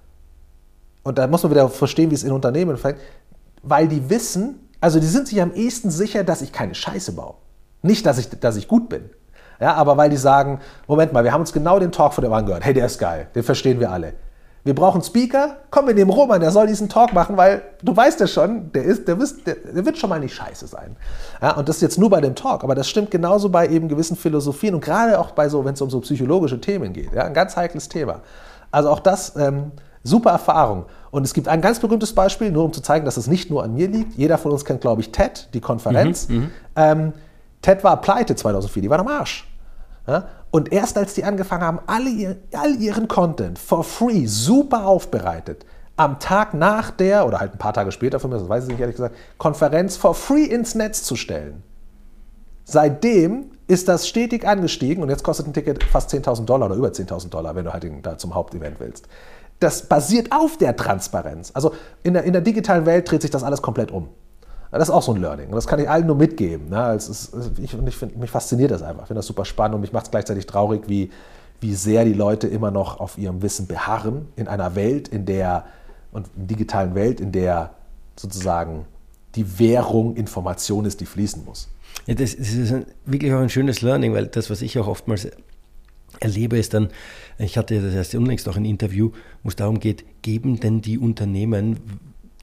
und da muss man wieder verstehen, wie es in Unternehmen fängt, weil die wissen, also die sind sich am ehesten sicher, dass ich keine Scheiße baue. Nicht, dass ich gut bin. Ja, aber weil die sagen, Moment mal, wir haben uns genau den Talk von dem angehört. Hey, der ist geil, den verstehen wir alle. Wir brauchen einen Speaker, komm, wir nehmen Roman, der soll diesen Talk machen, weil du weißt ja schon, der wird schon mal nicht scheiße sein. Ja, und das ist jetzt nur bei dem Talk, aber das stimmt genauso bei eben gewissen Philosophien und gerade auch bei so, wenn es um so psychologische Themen geht. Ja, ein ganz heikles Thema. Also auch das, super Erfahrung. Und es gibt ein ganz berühmtes Beispiel, nur um zu zeigen, dass es nicht nur an mir liegt. Jeder von uns kennt, glaube ich, TED, die Konferenz. TED war pleite 2004, die waren am Arsch. Ja? Und erst als die angefangen haben, all ihren Content for free, super aufbereitet, am Tag nach der, oder halt ein paar Tage später von mir, das weiß ich nicht ehrlich gesagt, Konferenz for free ins Netz zu stellen. Seitdem ist das stetig angestiegen und jetzt kostet ein Ticket fast $10.000 oder über $10.000, wenn du halt da zum Hauptevent willst. Das basiert auf der Transparenz. Also in der digitalen Welt dreht sich das alles komplett um. Das ist auch so ein Learning. Und das kann ich allen nur mitgeben. Mich fasziniert das einfach. Ich finde das super spannend und mich macht es gleichzeitig traurig, wie sehr die Leute immer noch auf ihrem Wissen beharren in einer Welt, digitalen Welt, in der sozusagen die Währung Information ist, die fließen muss. Ja, das ist wirklich auch ein schönes Learning, weil das, was ich auch oftmals erlebe, ist dann, ich hatte das erst unlängst auch ein Interview, wo es darum geht, geben denn die Unternehmen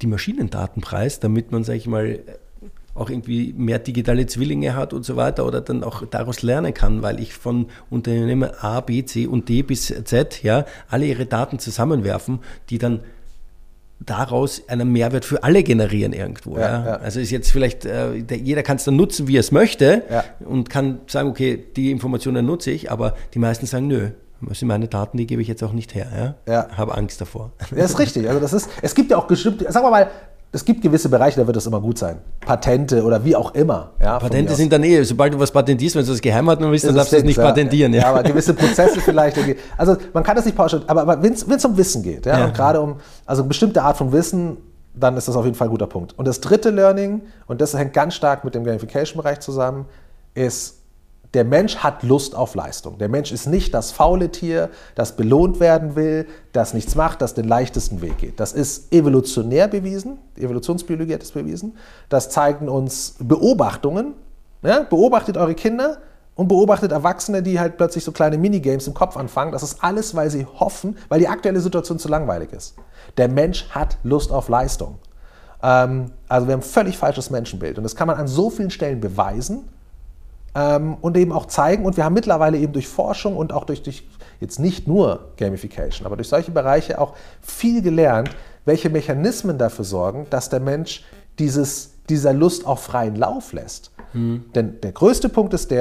die Maschinendaten preist, damit man, sage ich mal, auch irgendwie mehr digitale Zwillinge hat und so weiter oder dann auch daraus lernen kann, weil ich von Unternehmen A, B, C und D bis Z, ja, alle ihre Daten zusammenwerfen, die dann daraus einen Mehrwert für alle generieren irgendwo. Ja. Also ist jetzt vielleicht, jeder kann es dann nutzen, wie er es möchte und kann sagen, okay, die Informationen nutze ich, aber die meisten sagen, nö, das sind meine Daten, die gebe ich jetzt auch nicht her. Habe Angst davor. Ja, ist richtig. Also es gibt ja auch bestimmte, sagen wir mal, es gibt gewisse Bereiche, da wird das immer gut sein. Patente oder wie auch immer. Ja, Patente sind dann sobald du was patentierst, wenn du das geheim halten willst, dann darfst du es nicht patentieren. Ja, aber gewisse Prozesse vielleicht. Also man kann das nicht pauschal, aber wenn es um Wissen geht, und gerade um also eine bestimmte Art von Wissen, dann ist das auf jeden Fall ein guter Punkt. Und das dritte Learning, und das hängt ganz stark mit dem Gamification-Bereich zusammen, ist, der Mensch hat Lust auf Leistung. Der Mensch ist nicht das faule Tier, das belohnt werden will, das nichts macht, das den leichtesten Weg geht. Das ist evolutionär bewiesen, die Evolutionsbiologie hat es bewiesen. Das zeigen uns Beobachtungen. Ja? Beobachtet eure Kinder und beobachtet Erwachsene, die halt plötzlich so kleine Minigames im Kopf anfangen. Das ist alles, weil sie hoffen, weil die aktuelle Situation zu langweilig ist. Der Mensch hat Lust auf Leistung. Also wir haben ein völlig falsches Menschenbild. Und das kann man an so vielen Stellen beweisen. Und eben auch zeigen, und wir haben mittlerweile eben durch Forschung und auch durch jetzt nicht nur Gamification, aber durch solche Bereiche auch viel gelernt, welche Mechanismen dafür sorgen, dass der Mensch dieser Lust auf freien Lauf lässt. Denn der größte Punkt ist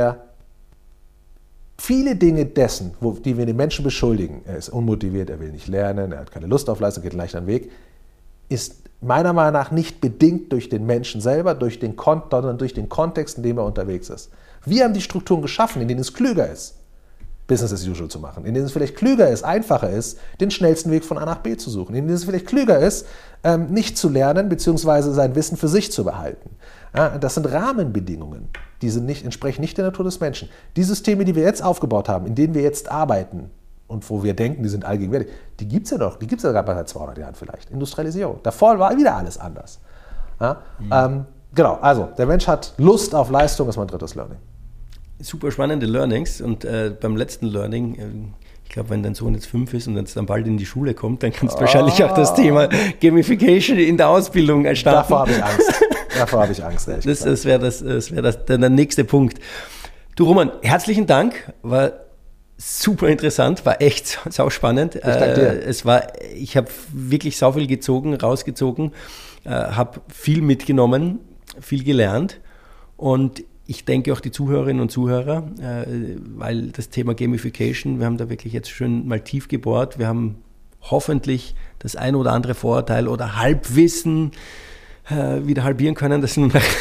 viele Dinge dessen, die wir den Menschen beschuldigen, er ist unmotiviert, er will nicht lernen, er hat keine Lust auf Leistung, geht einen leichteren Weg, ist meiner Meinung nach nicht bedingt durch den Menschen selber, sondern durch den Kontext, in dem er unterwegs ist. Wir haben die Strukturen geschaffen, in denen es klüger ist, Business as usual zu machen, in denen es vielleicht klüger ist, einfacher ist, den schnellsten Weg von A nach B zu suchen, in denen es vielleicht klüger ist, nicht zu lernen bzw. sein Wissen für sich zu behalten. Ja, das sind Rahmenbedingungen, die entsprechen nicht der Natur des Menschen. Die Systeme, die wir jetzt aufgebaut haben, in denen wir jetzt arbeiten und wo wir denken, die sind allgegenwärtig, die gibt es ja doch, die gibt es ja gerade seit 200 Jahren vielleicht. Industrialisierung. Davor war wieder alles anders. Ja, genau, also der Mensch hat Lust auf Leistung, ist mein drittes Learning. Super spannende Learnings und beim letzten Learning, ich glaube, wenn dein Sohn jetzt 5 ist und jetzt dann bald in die Schule kommt, dann kannst du wahrscheinlich auch das Thema Gamification in der Ausbildung starten. Davor habe ich Angst. Das wäre der nächste Punkt. Du Roman, herzlichen Dank, war super interessant, war echt sauspannend. Ich danke dir. Ich habe wirklich sau viel rausgezogen, habe viel mitgenommen, viel gelernt und ich denke auch die Zuhörerinnen und Zuhörer, weil das Thema Gamification, wir haben da wirklich jetzt schön mal tief gebohrt, wir haben hoffentlich das ein oder andere Vorurteil oder Halbwissen wieder halbieren können, dass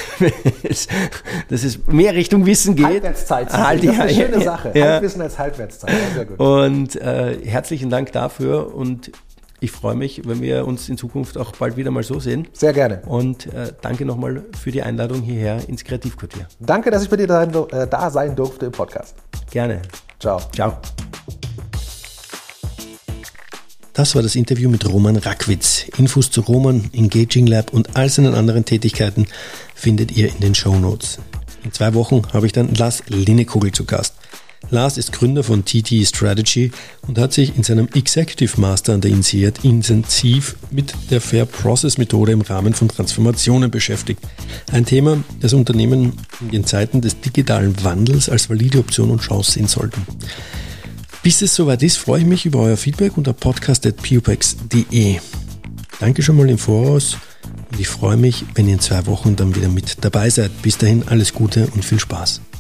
es mehr Richtung Wissen geht. Halbwertszeit, das ist eine schöne Sache. Ja. Halbwissen als Halbwertszeit, sehr gut. Und herzlichen Dank dafür und ich freue mich, wenn wir uns in Zukunft auch bald wieder mal so sehen. Sehr gerne. Und danke nochmal für die Einladung hierher ins Kreativquartier. Danke, dass ich bei dir da sein durfte im Podcast. Gerne. Ciao. Ciao. Das war das Interview mit Roman Rackwitz. Infos zu Roman, Engaging Lab und all seinen anderen Tätigkeiten findet ihr in den Shownotes. In 2 Wochen habe ich dann Lars Linnekogel zu Gast. Lars ist Gründer von TT Strategy und hat sich in seinem Executive Master an der INSEAD intensiv mit der Fair Process Methode im Rahmen von Transformationen beschäftigt. Ein Thema, das Unternehmen in den Zeiten des digitalen Wandels als valide Option und Chance sehen sollten. Bis es soweit ist, freue ich mich über euer Feedback unter podcast@pupex.de. Danke schon mal im Voraus und ich freue mich, wenn ihr in 2 Wochen dann wieder mit dabei seid. Bis dahin alles Gute und viel Spaß.